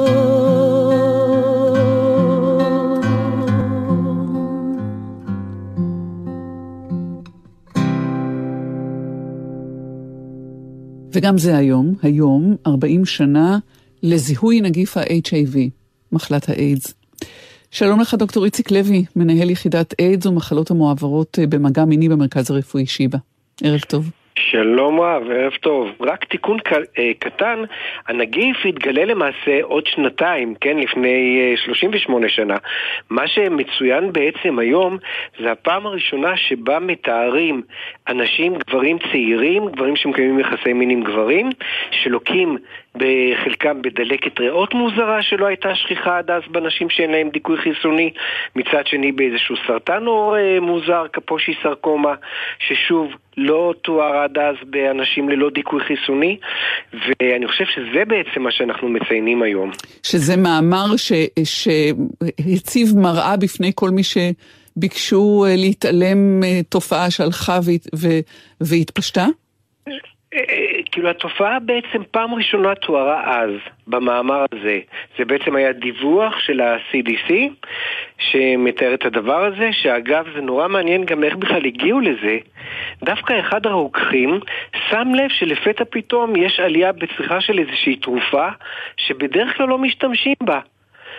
וגם זה היום, היום ארבעים שנה לזיהוי נגיף ה-אייץ' איי וי, מחלת האיידס. שלום לך דוקטור איציק לוי, מנהל יחידת איידס ומחלות המועברות במגע מיני במרכז הרפואי שיבא. ערב טוב. שלום רב, ערב טוב. רק תיקון קטן, הנגיף התגלה למעשה עוד שנתיים, כן, לפני שלושים ושמונה שנה. מה שמצוין בעצם היום, זה הפעם הראשונה שבה מתארים אנשים, גברים צעירים, גברים שמקיימים יחסי מין עם גברים, שלוקים בחלקם בדלקת ריאות מוזרה שלא הייתה שכיחה עד אז באנשים שאין להם דיכוי חיסוני, מצד שני באיזשהו סרטן עור מוזר, קפושי סרקומה, ששוב לא תואר עד אז באנשים ללא דיכוי חיסוני, ואני חושב שזה בעצם מה שאנחנו מציינים היום. שזה מאמר שהציב מראה בפני כל מי שביקשו להתעלם תופעה שהלכה והתפשטה? כאילו התופעה בעצם פעם ראשונה תוארה אז במאמר הזה. זה בעצם היה דיווח של ה-סי די סי שמתאר את הדבר הזה, שאגב זה נורא מעניין גם איך בכלל הגיעו לזה. דווקא אחד הרוקחים שם לב שלפתע פתאום יש עלייה בצריכה של איזושהי תרופה שבדרך כלל לא משתמשים בה.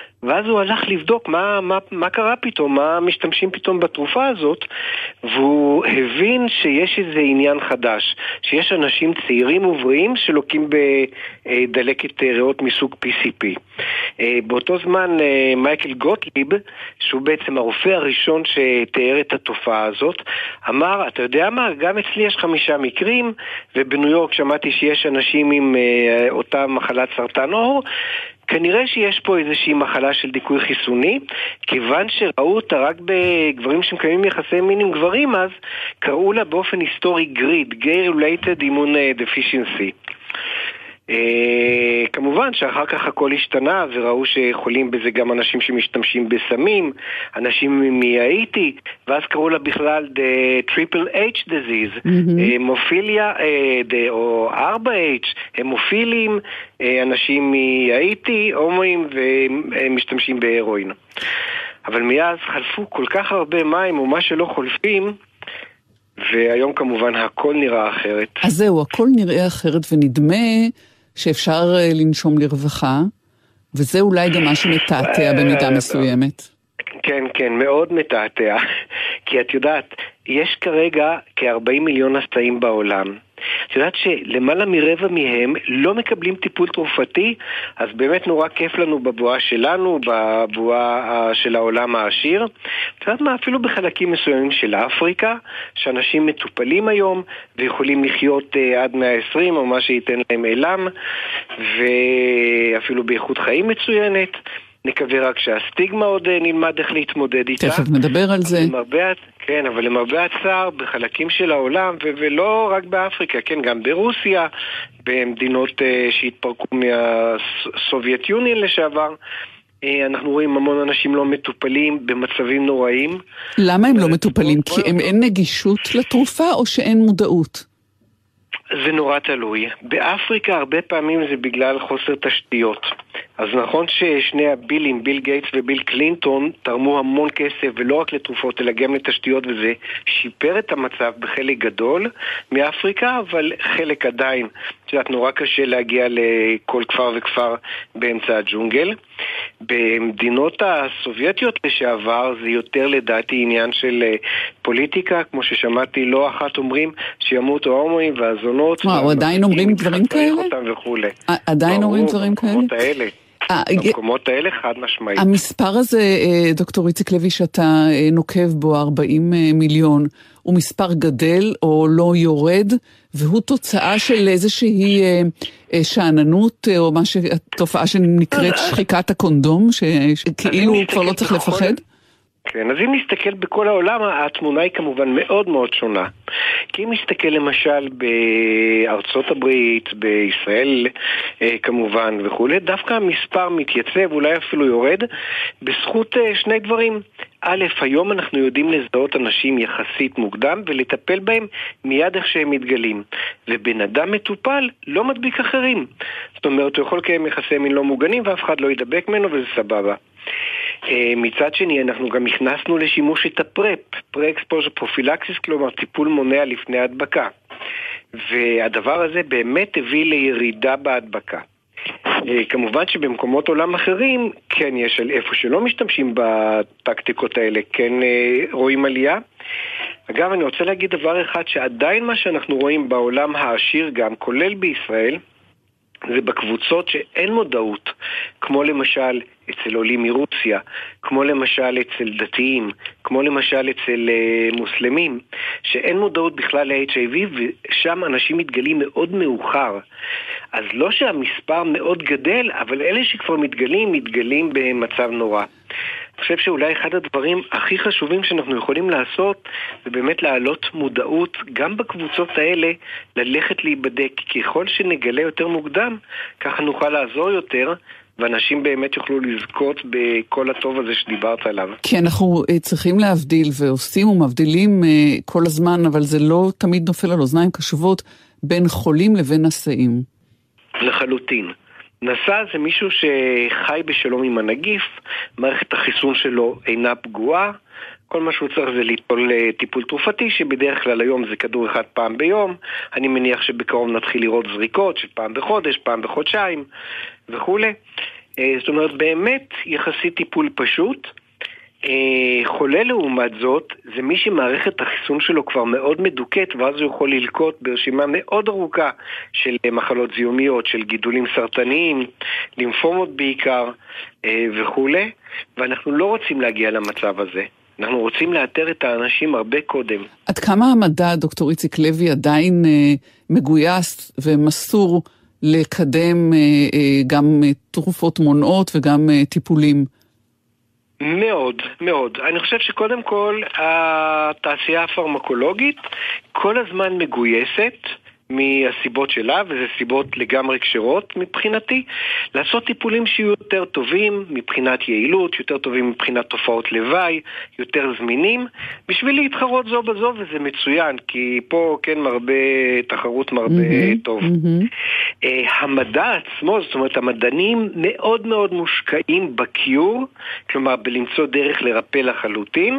ואז הוא הלך לבדוק מה, מה, מה קרה פתאום, מה משתמשים פתאום בתרופה הזאת, והוא הבין שיש איזה עניין חדש, שיש אנשים צעירים ובריאים שלוקים בדלקת ריאות מסוג פי סי פי. באותו זמן מייקל גוטליב, שהוא בעצם הרופא הראשון שתיאר את התופעה הזאת, אמר, אתה יודע מה, גם אצלי יש חמישה מקרים, ובניו יורק שמעתי שיש אנשים עם אותה מחלת סרטן עור, כנראה שיש פה איזושהי מחלה של דיכוי חיסוני, כיוון שראו אותה רק בגברים שמקיימים יחסי מין עם גברים, אז קראו לה באופן היסטורי גריד, Gay-Related Immune Deficiency. Uh, כמובן שאחר כך הכל השתנה וראו שחולים בזה גם אנשים שמשתמשים בסמים, אנשים מהאיטי, ואז קראו לה בכלל the Triple H disease, המופיליה, mm-hmm. uh, או ארבע אייץ', המופילים, uh, אנשים מהאיטי, הומואים ומשתמשים בהרואין. אבל מאז חלפו כל כך הרבה מים ומה שלא חולפים, והיום כמובן הכל נראה אחרת. אז זהו, הכל נראה אחרת ונדמה שאפשר לנשום לרווחה, וזה אולי גם מה שמתעתע במידה מסוימת. כן, כן, מאוד מתעתע. כי את יודעת, יש כרגע כ-ארבעים מיליון נשאים בעולם. את יודעת שלמעלה מרבע מהם לא מקבלים טיפול תרופתי, אז באמת נורא כיף לנו בבואה שלנו, בבואה של העולם העשיר. את יודעת מה, אפילו בחלקים מסוימים של אפריקה, שאנשים מטופלים היום ויכולים לחיות עד מאה ועשרים או מה שייתן להם אילם, ואפילו באיכות חיים מצוינת. נקווה רק שהסטיגמה עוד נלמד איך להתמודד איתה. תכף נדבר על זה. למרבה, כן, אבל למרבה הצער בחלקים של העולם, ו- ולא רק באפריקה, כן, גם ברוסיה, במדינות uh, שהתפרקו מהסובייט יוניון לשעבר, uh, אנחנו רואים המון אנשים לא מטופלים במצבים נוראים. למה הם לא מטופלים? כי הם אין נגישות לתרופה או שאין מודעות? זה נורא תלוי. באפריקה הרבה פעמים זה בגלל חוסר תשתיות. אז נכון ששני הבילים, ביל גייטס וביל קלינטון, תרמו המון כסף ולא רק לתרופות אלא גם לתשתיות, וזה שיפר את המצב בחלק גדול מאפריקה, אבל חלק עדיין, שאת נורא קשה להגיע לכל כפר וכפר באמצע הג'ונגל. במדינות הסובייטיות לשעבר זה יותר לדעתי עניין של פוליטיקה, כמו ששמעתי לא אחת אומרים שימותו ההומואים והזונות. וואו, עדיין אומרים דברים כאלה? עדיין אומרים דברים כאלה? במקומות האלה חד משמעית. המספר הזה, דוקטור איציק לוי, שאתה נוקב בו ארבעים מיליון, הוא מספר גדל או לא יורד, והוא תוצאה של איזושהי שעננות, או מה שתופעה שנקראת שחיקת הקונדום, שכאילו כבר לא צריך לפחד? כן, אז אם נסתכל בכל העולם, התמונה היא כמובן מאוד מאוד שונה. כי אם נסתכל למשל בארצות הברית, בישראל כמובן וכו', דווקא המספר מתייצב, אולי אפילו יורד, בזכות שני דברים. א', היום אנחנו יודעים לזהות אנשים יחסית מוקדם ולטפל בהם מיד איך שהם מתגלים. ובן אדם מטופל לא מדביק אחרים. זאת אומרת, הוא יכול לקיים יחסי מין לא מוגנים ואף אחד לא ידבק ממנו וזה סבבה. מצד שני, אנחנו גם הכנסנו לשימוש את הפרפ, פרה-אקספוז'ר פרופילקסיס, כלומר טיפול מונע לפני הדבקה. והדבר הזה באמת הביא לירידה בהדבקה. כמובן שבמקומות עולם אחרים, כן יש על איפה שלא משתמשים בטקטיקות האלה, כן רואים עלייה. אגב, אני רוצה להגיד דבר אחד, שעדיין מה שאנחנו רואים בעולם העשיר גם, כולל בישראל, זה בקבוצות שאין מודעות, כמו למשל אצל עולים מרוסיה, כמו למשל אצל דתיים, כמו למשל אצל uh, מוסלמים, שאין מודעות בכלל ל-אייץ' איי וי, ושם אנשים מתגלים מאוד מאוחר. אז לא שהמספר מאוד גדל, אבל אלה שכבר מתגלים, מתגלים במצב נורא. אני חושב שאולי אחד הדברים הכי חשובים שאנחנו יכולים לעשות זה באמת להעלות מודעות גם בקבוצות האלה ללכת להיבדק. ככל שנגלה יותר מוקדם, ככה נוכל לעזור יותר ואנשים באמת יוכלו לזכות בכל הטוב הזה שדיברת עליו. כי אנחנו צריכים להבדיל ועושים ומבדילים כל הזמן, אבל זה לא תמיד נופל על אוזניים קשובות בין חולים לבין נשאים. לחלוטין. נשא זה מישהו שחי בשלום עם הנגיף, מערכת החיסון שלו אינה פגועה, כל מה שהוא צריך זה ליטול טיפול תרופתי, שבדרך כלל היום זה כדור אחד פעם ביום, אני מניח שבקרוב נתחיל לראות זריקות של פעם בחודש, פעם בחודשיים וכו'. זאת אומרת, באמת יחסית טיפול פשוט. חולה לעומת זאת, זה מי שמערכת החיסון שלו כבר מאוד מדוקת, ואז הוא יכול ללקוט ברשימה מאוד ארוכה של מחלות זיהומיות, של גידולים סרטניים, לימפומות בעיקר וכו'. ואנחנו לא רוצים להגיע למצב הזה. אנחנו רוצים לאתר את האנשים הרבה קודם. עד כמה המדע, דוקטור איציק לוי, עדיין אה, מגויס ומסור לקדם אה, אה, גם אה, תרופות מונעות וגם אה, טיפולים? מאוד, מאוד. אני חושב שקודם כל התעשייה הפרמקולוגית כל הזמן מגויסת מהסיבות שלה, וזה סיבות לגמרי קשרות מבחינתי, לעשות טיפולים שיהיו יותר טובים מבחינת יעילות, יותר טובים מבחינת תופעות לוואי, יותר זמינים, בשביל להתחרות זו בזו, וזה מצוין, כי פה כן מרבה, תחרות מרבה mm-hmm, טוב. Mm-hmm. Uh, המדע עצמו, זאת אומרת, המדענים מאוד מאוד מושקעים בקיור, כלומר, בלמצוא דרך לרפא לחלוטין,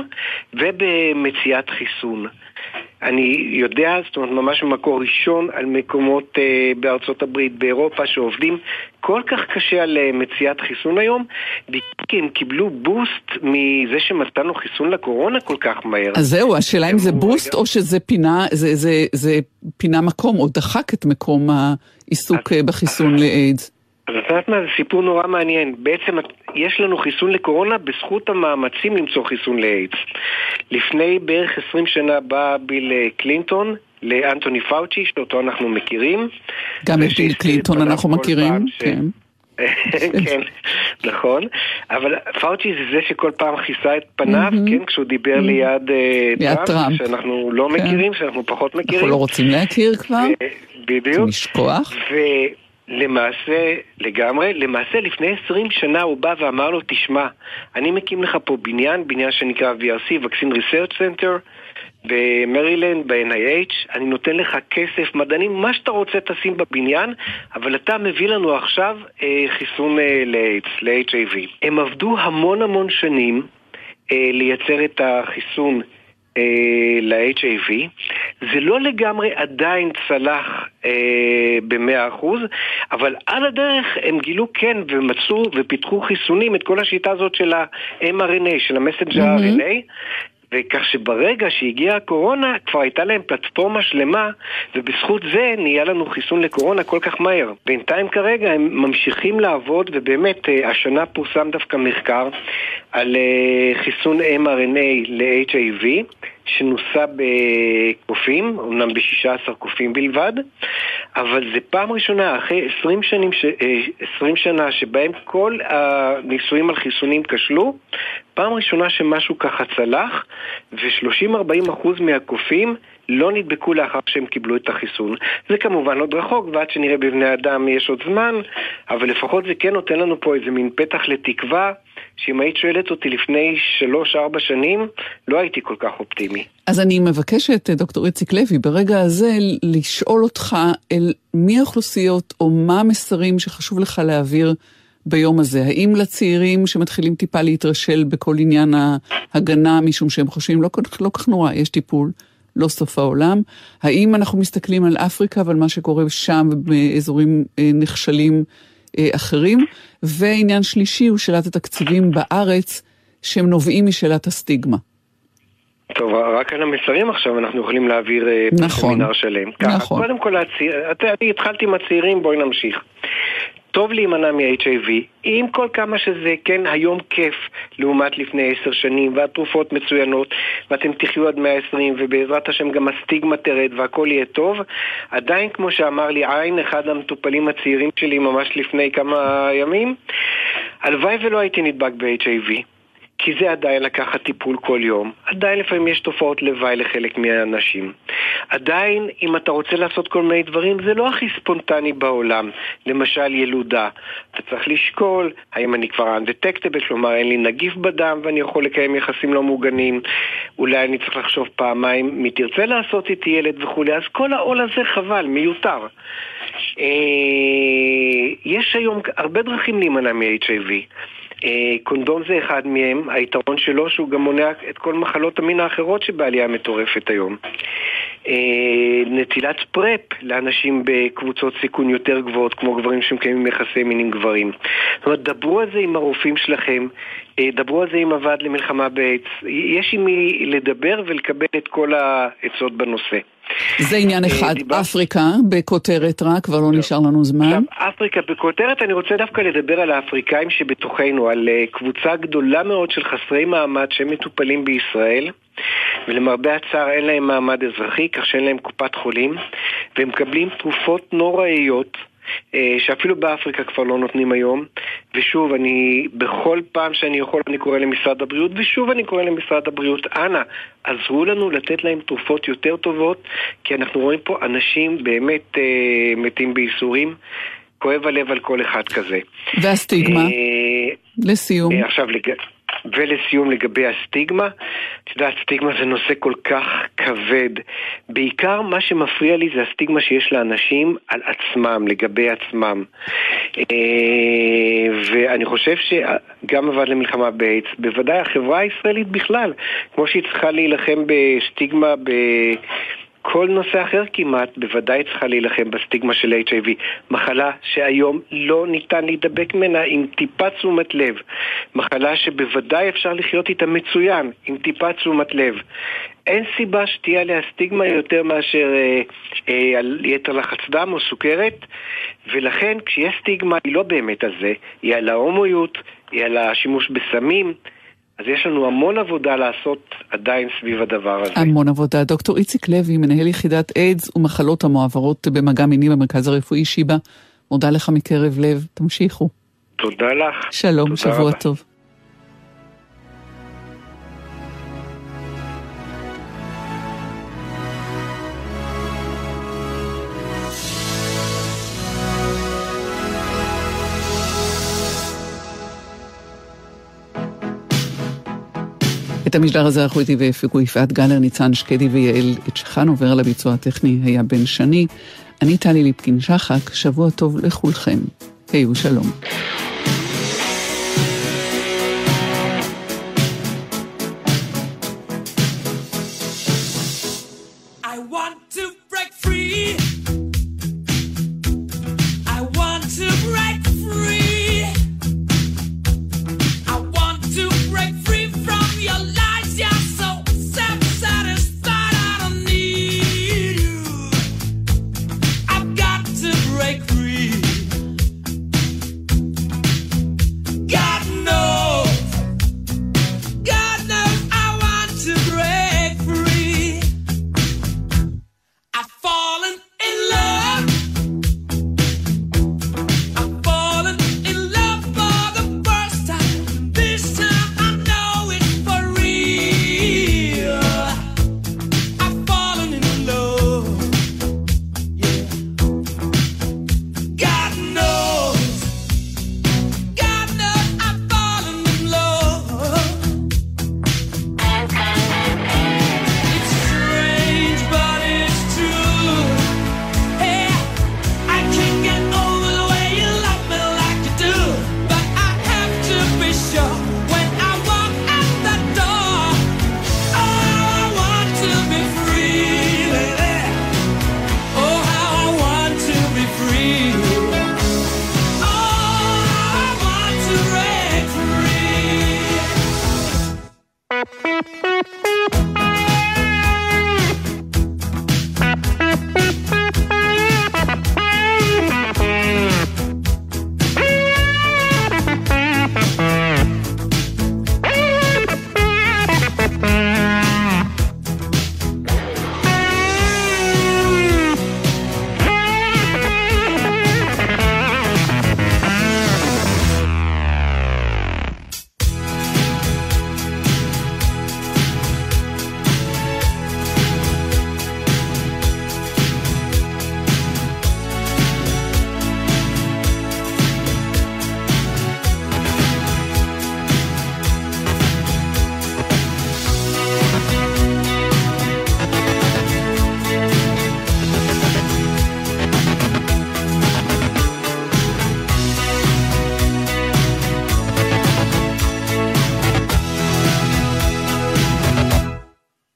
ובמציאת חיסון. אני יודע, זאת אומרת, ממש במקור ראשון על מקומות אה, בארצות הברית, באירופה, שעובדים כל כך קשה על אה, מציאת חיסון היום, כי הם קיבלו בוסט מזה שמצאנו חיסון לקורונה כל כך מהר. אז זהו, השאלה אם זה בוסט או שזה פינה, זה, זה, זה פינה מקום, או דחק את מקום העיסוק אז, בחיסון לאיידס. אז את יודעת מה, זה סיפור נורא מעניין. בעצם יש לנו חיסון לקורונה בזכות המאמצים למצוא חיסון לאיידס. לפני בערך עשרים שנה בא ביל קלינטון לאנטוני פאוצ'י, שאותו אנחנו מכירים. גם את ביל קלינטון אנחנו מכירים, ש... כן. כן, נכון. אבל פאוצ'י זה זה שכל פעם כיסה את פניו, כן, כשהוא דיבר ליד טראמפ, שאנחנו לא מכירים, שאנחנו פחות מכירים. אנחנו לא רוצים להכיר כבר. בדיוק. משכוח. ו... למעשה, לגמרי, למעשה לפני עשרים שנה הוא בא ואמר לו, תשמע, אני מקים לך פה בניין, בניין שנקרא וי אר סי, Vaccine Research Center, במרילנד, ב-אן איי אייץ', אני נותן לך כסף, מדענים, מה שאתה רוצה תשים בבניין, אבל אתה מביא לנו עכשיו אה, חיסון אה, לאיידס, ל-אייץ' איי וי. הם עבדו המון המון שנים אה, לייצר את החיסון אה, ל-אייץ' איי וי, זה לא לגמרי עדיין צלח אה, ב-מאה אחוז, אבל על הדרך הם גילו כן ומצאו ופיתחו חיסונים, את כל השיטה הזאת של ה-אם אר אן איי, של המסנג'ר אר אן איי, וכך שברגע שהגיעה הקורונה כבר הייתה להם פלטפורמה שלמה, ובזכות זה נהיה לנו חיסון לקורונה כל כך מהר. בינתיים כרגע הם ממשיכים לעבוד, ובאמת השנה פורסם דווקא מחקר על חיסון אם אר אן איי ל-אייץ' איי וי, שנוסע בקופים, אומנם ב-שישה עשר קופים בלבד, אבל זה פעם ראשונה אחרי עשרים שנים ש... עשרים שנה שבהם כל הניסויים על חיסונים כשלו, פעם ראשונה שמשהו ככה צלח, ו-שלושים עד ארבעים אחוז מהקופים לא נדבקו לאחר שהם קיבלו את החיסון. זה כמובן עוד רחוק, ועד שנראה בבני אדם יש עוד זמן, אבל לפחות זה כן נותן לנו פה איזה מין פתח לתקווה, שאם היית שואלת אותי לפני שלוש, ארבע שנים, לא הייתי כל כך אופטימי. אז אני מבקשת, דוקטור איציק לוי, ברגע הזה לשאול אותך אל מי האוכלוסיות או מה המסרים שחשוב לך להעביר ביום הזה. האם לצעירים שמתחילים טיפה להתרשל בכל עניין ההגנה, משום שהם חושבים לא, לא כך נורא, יש טיפול, לא סוף העולם. האם אנחנו מסתכלים על אפריקה ועל מה שקורה שם באזורים נכשלים אחרים, ועניין שלישי הוא שאלת התקציבים בארץ שהם נובעים משאלת הסטיגמה. טוב, רק על המסרים עכשיו אנחנו יכולים להעביר נכון, סמינר שלם. נכון. קודם כל, אני התחלתי עם הצעירים, בואי נמשיך. טוב להימנע מ-אייץ' איי וי, עם כל כמה שזה כן היום כיף לעומת לפני עשר שנים, והתרופות מצוינות, ואתם תחיו עד מאה ועשרים, ובעזרת השם גם הסטיגמה תרד והכל יהיה טוב, עדיין כמו שאמר לי עין, אחד המטופלים הצעירים שלי ממש לפני כמה ימים, הלוואי ולא הייתי נדבק ב-אייץ' איי וי. כי זה עדיין לקחת טיפול כל יום. עדיין לפעמים יש תופעות לוואי לחלק מהאנשים. עדיין, אם אתה רוצה לעשות כל מיני דברים, זה לא הכי ספונטני בעולם. למשל, ילודה. אתה צריך לשקול, האם אני כבר undetectable, כלומר, אין לי נגיף בדם ואני יכול לקיים יחסים לא מוגנים. אולי אני צריך לחשוב פעמיים, מי תרצה לעשות איתי ילד וכו'. אז כל העול הזה חבל, מיותר. יש היום הרבה דרכים להימנע מ-אייץ' איי וי. קונדום זה אחד מהם, היתרון שלו שהוא גם מונע את כל מחלות המין האחרות שבעלייה מטורפת היום. נטילת פרפ לאנשים בקבוצות סיכון יותר גבוהות, כמו גברים שמקיימים יחסי מין עם גברים. זאת אומרת, דברו על זה עם הרופאים שלכם, דברו על זה עם הוועד למלחמה באיידס, יש עם מי לדבר ולקבל את כל העצות בנושא. זה עניין אחד. דיבר... אפריקה בכותרת רק, כבר לא נשאר לנו זמן. עכשיו, אפריקה בכותרת, אני רוצה דווקא לדבר על האפריקאים שבתוכנו, על קבוצה גדולה מאוד של חסרי מעמד שמטופלים בישראל, ולמרבה הצער אין להם מעמד אזרחי, כך שאין להם קופת חולים, והם מקבלים תרופות נוראיות, שאפילו באפריקה כבר לא נותנים היום. ושוב, אני בכל פעם שאני יכול אני קורא למשרד הבריאות, ושוב אני קורא למשרד הבריאות, אנא, עזרו לנו לתת להם תרופות יותר טובות, כי אנחנו רואים פה אנשים באמת אה, מתים בייסורים. כואב הלב על כל אחד כזה. והסטיגמה? אה, לסיום. אה, עכשיו לג... ולסיום לגבי הסטיגמה, את יודעת, סטיגמה זה נושא כל כך כבד. בעיקר מה שמפריע לי זה הסטיגמה שיש לאנשים על עצמם, לגבי עצמם. ואני חושב שגם הוועד למלחמה באיידס, בוודאי החברה הישראלית בכלל, כמו שהיא צריכה להילחם בסטיגמה ב... כל נושא אחר כמעט, בוודאי צריכה להילחם בסטיגמה של אייץ' איי וי. מחלה שהיום לא ניתן להידבק ממנה עם טיפה תשומת לב. מחלה שבוודאי אפשר לחיות איתה מצוין, עם טיפה תשומת לב. אין סיבה שתהיה עליה סטיגמה יותר מאשר אה, אה, על יתר לחץ דם או סוכרת, ולכן כשיש סטיגמה היא לא באמת על זה, היא על ההומואיות, היא על השימוש בסמים, אז יש לנו המון עבודה לעשות עדיין סביב הדבר הזה. המון עבודה. דוקטור איציק לוי, מנהל יחידת איידס ומחלות המועברות במגע מיני במרכז הרפואי שיבא, מודה לך מקרב לב. תמשיכו. תודה לך. שלום, תודה שבוע רבה. טוב. את המשדר הזה ערכו איתי והפיקו יפעת גלר, ניצן שקדי ויעל את שחן. עובר על הביצוע הטכני היה בן שני. אני טלי ליפקין שחק, שבוע טוב לכולכם. היו שלום.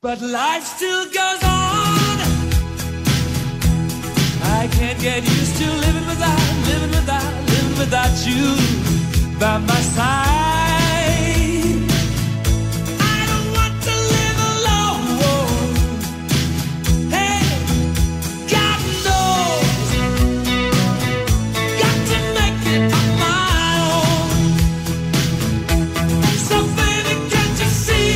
But life still goes on. I can't get used to living without, living without, living without you by my side. I don't want to live alone. Hey, God knows, got to make it on my own. So baby, can't you see?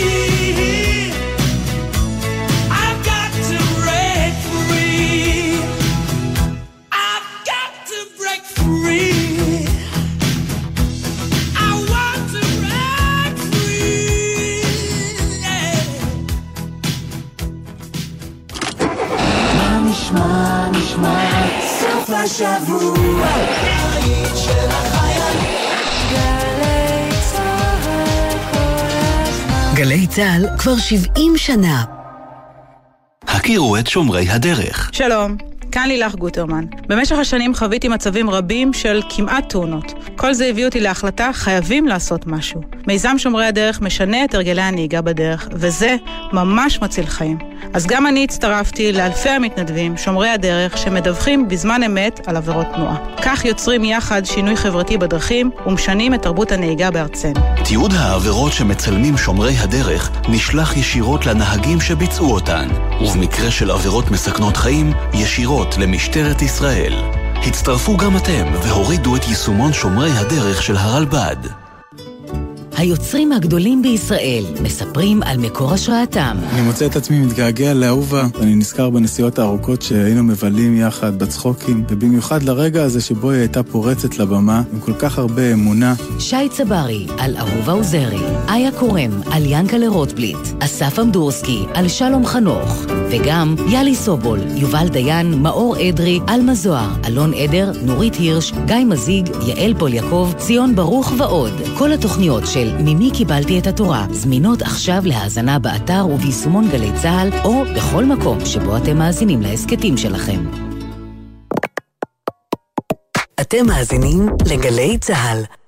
I've got to break free. I've got to break free. I want to break free. Yeah. מה נשמע, נשמע, סוף השבוע, היית של החיילים. גלי צהל כל הזמן. גלי צהל כבר שבעים שנה. הכירו את שומרי הדרך. שלום, כאן לילך גוטרמן. במשך השנים חוויתי מצבים רבים של כמעט תאונות. כל זה הביא אותי להחלטה, חייבים לעשות משהו. מיזם שומרי הדרך משנה את הרגלי הנהיגה בדרך, וזה ממש מציל חיים. אז גם אני הצטרפתי לאלפי המתנדבים, שומרי הדרך, שמדווחים בזמן אמת על עבירות תנועה. כך יוצרים יחד שינוי חברתי בדרכים ומשנים את תרבות הנהיגה בארצנו. תיעוד העבירות שמצלמים שומרי הדרך נשלח ישירות לנהגים שביצעו אותן, ובמקרה של עבירות מסכנות חיים, ישירות למשטרת ישראל. הצטרפו גם אתם והורידו את יישומון שומרי הדרך של הרלב"ד. היוצרים הגדולים בישראל מספרים על מקור השראתם. אני מוצא את עצמי מתגעגע לאהובה, ואני נזכר בנסיעות הארוכות שהיינו מבלים יחד בצחוקים, ובמיוחד לרגע הזה שבו היא הייתה פורצת לבמה עם כל כך הרבה אמונה. שי צברי על אהובה עוזרי, איה קורם על ינקלה רוטבליט, אסף אמדורסקי על שלום חנוך, וגם ילי סובול, יובל דיין, מאור אדרי, אלמה זוהר, אלון עדר, נורית הירש, גיא מזיג, יעל פול יעקב, ציון ברוך ועוד. כל התוכניות של ממי קיבלתי את התורה זמינות עכשיו להאזנה באתר וביישומון גלי צהל או בכל מקום שבו אתם מאזינים להסקטים שלכם. אתם מאזינים לגלי צהל.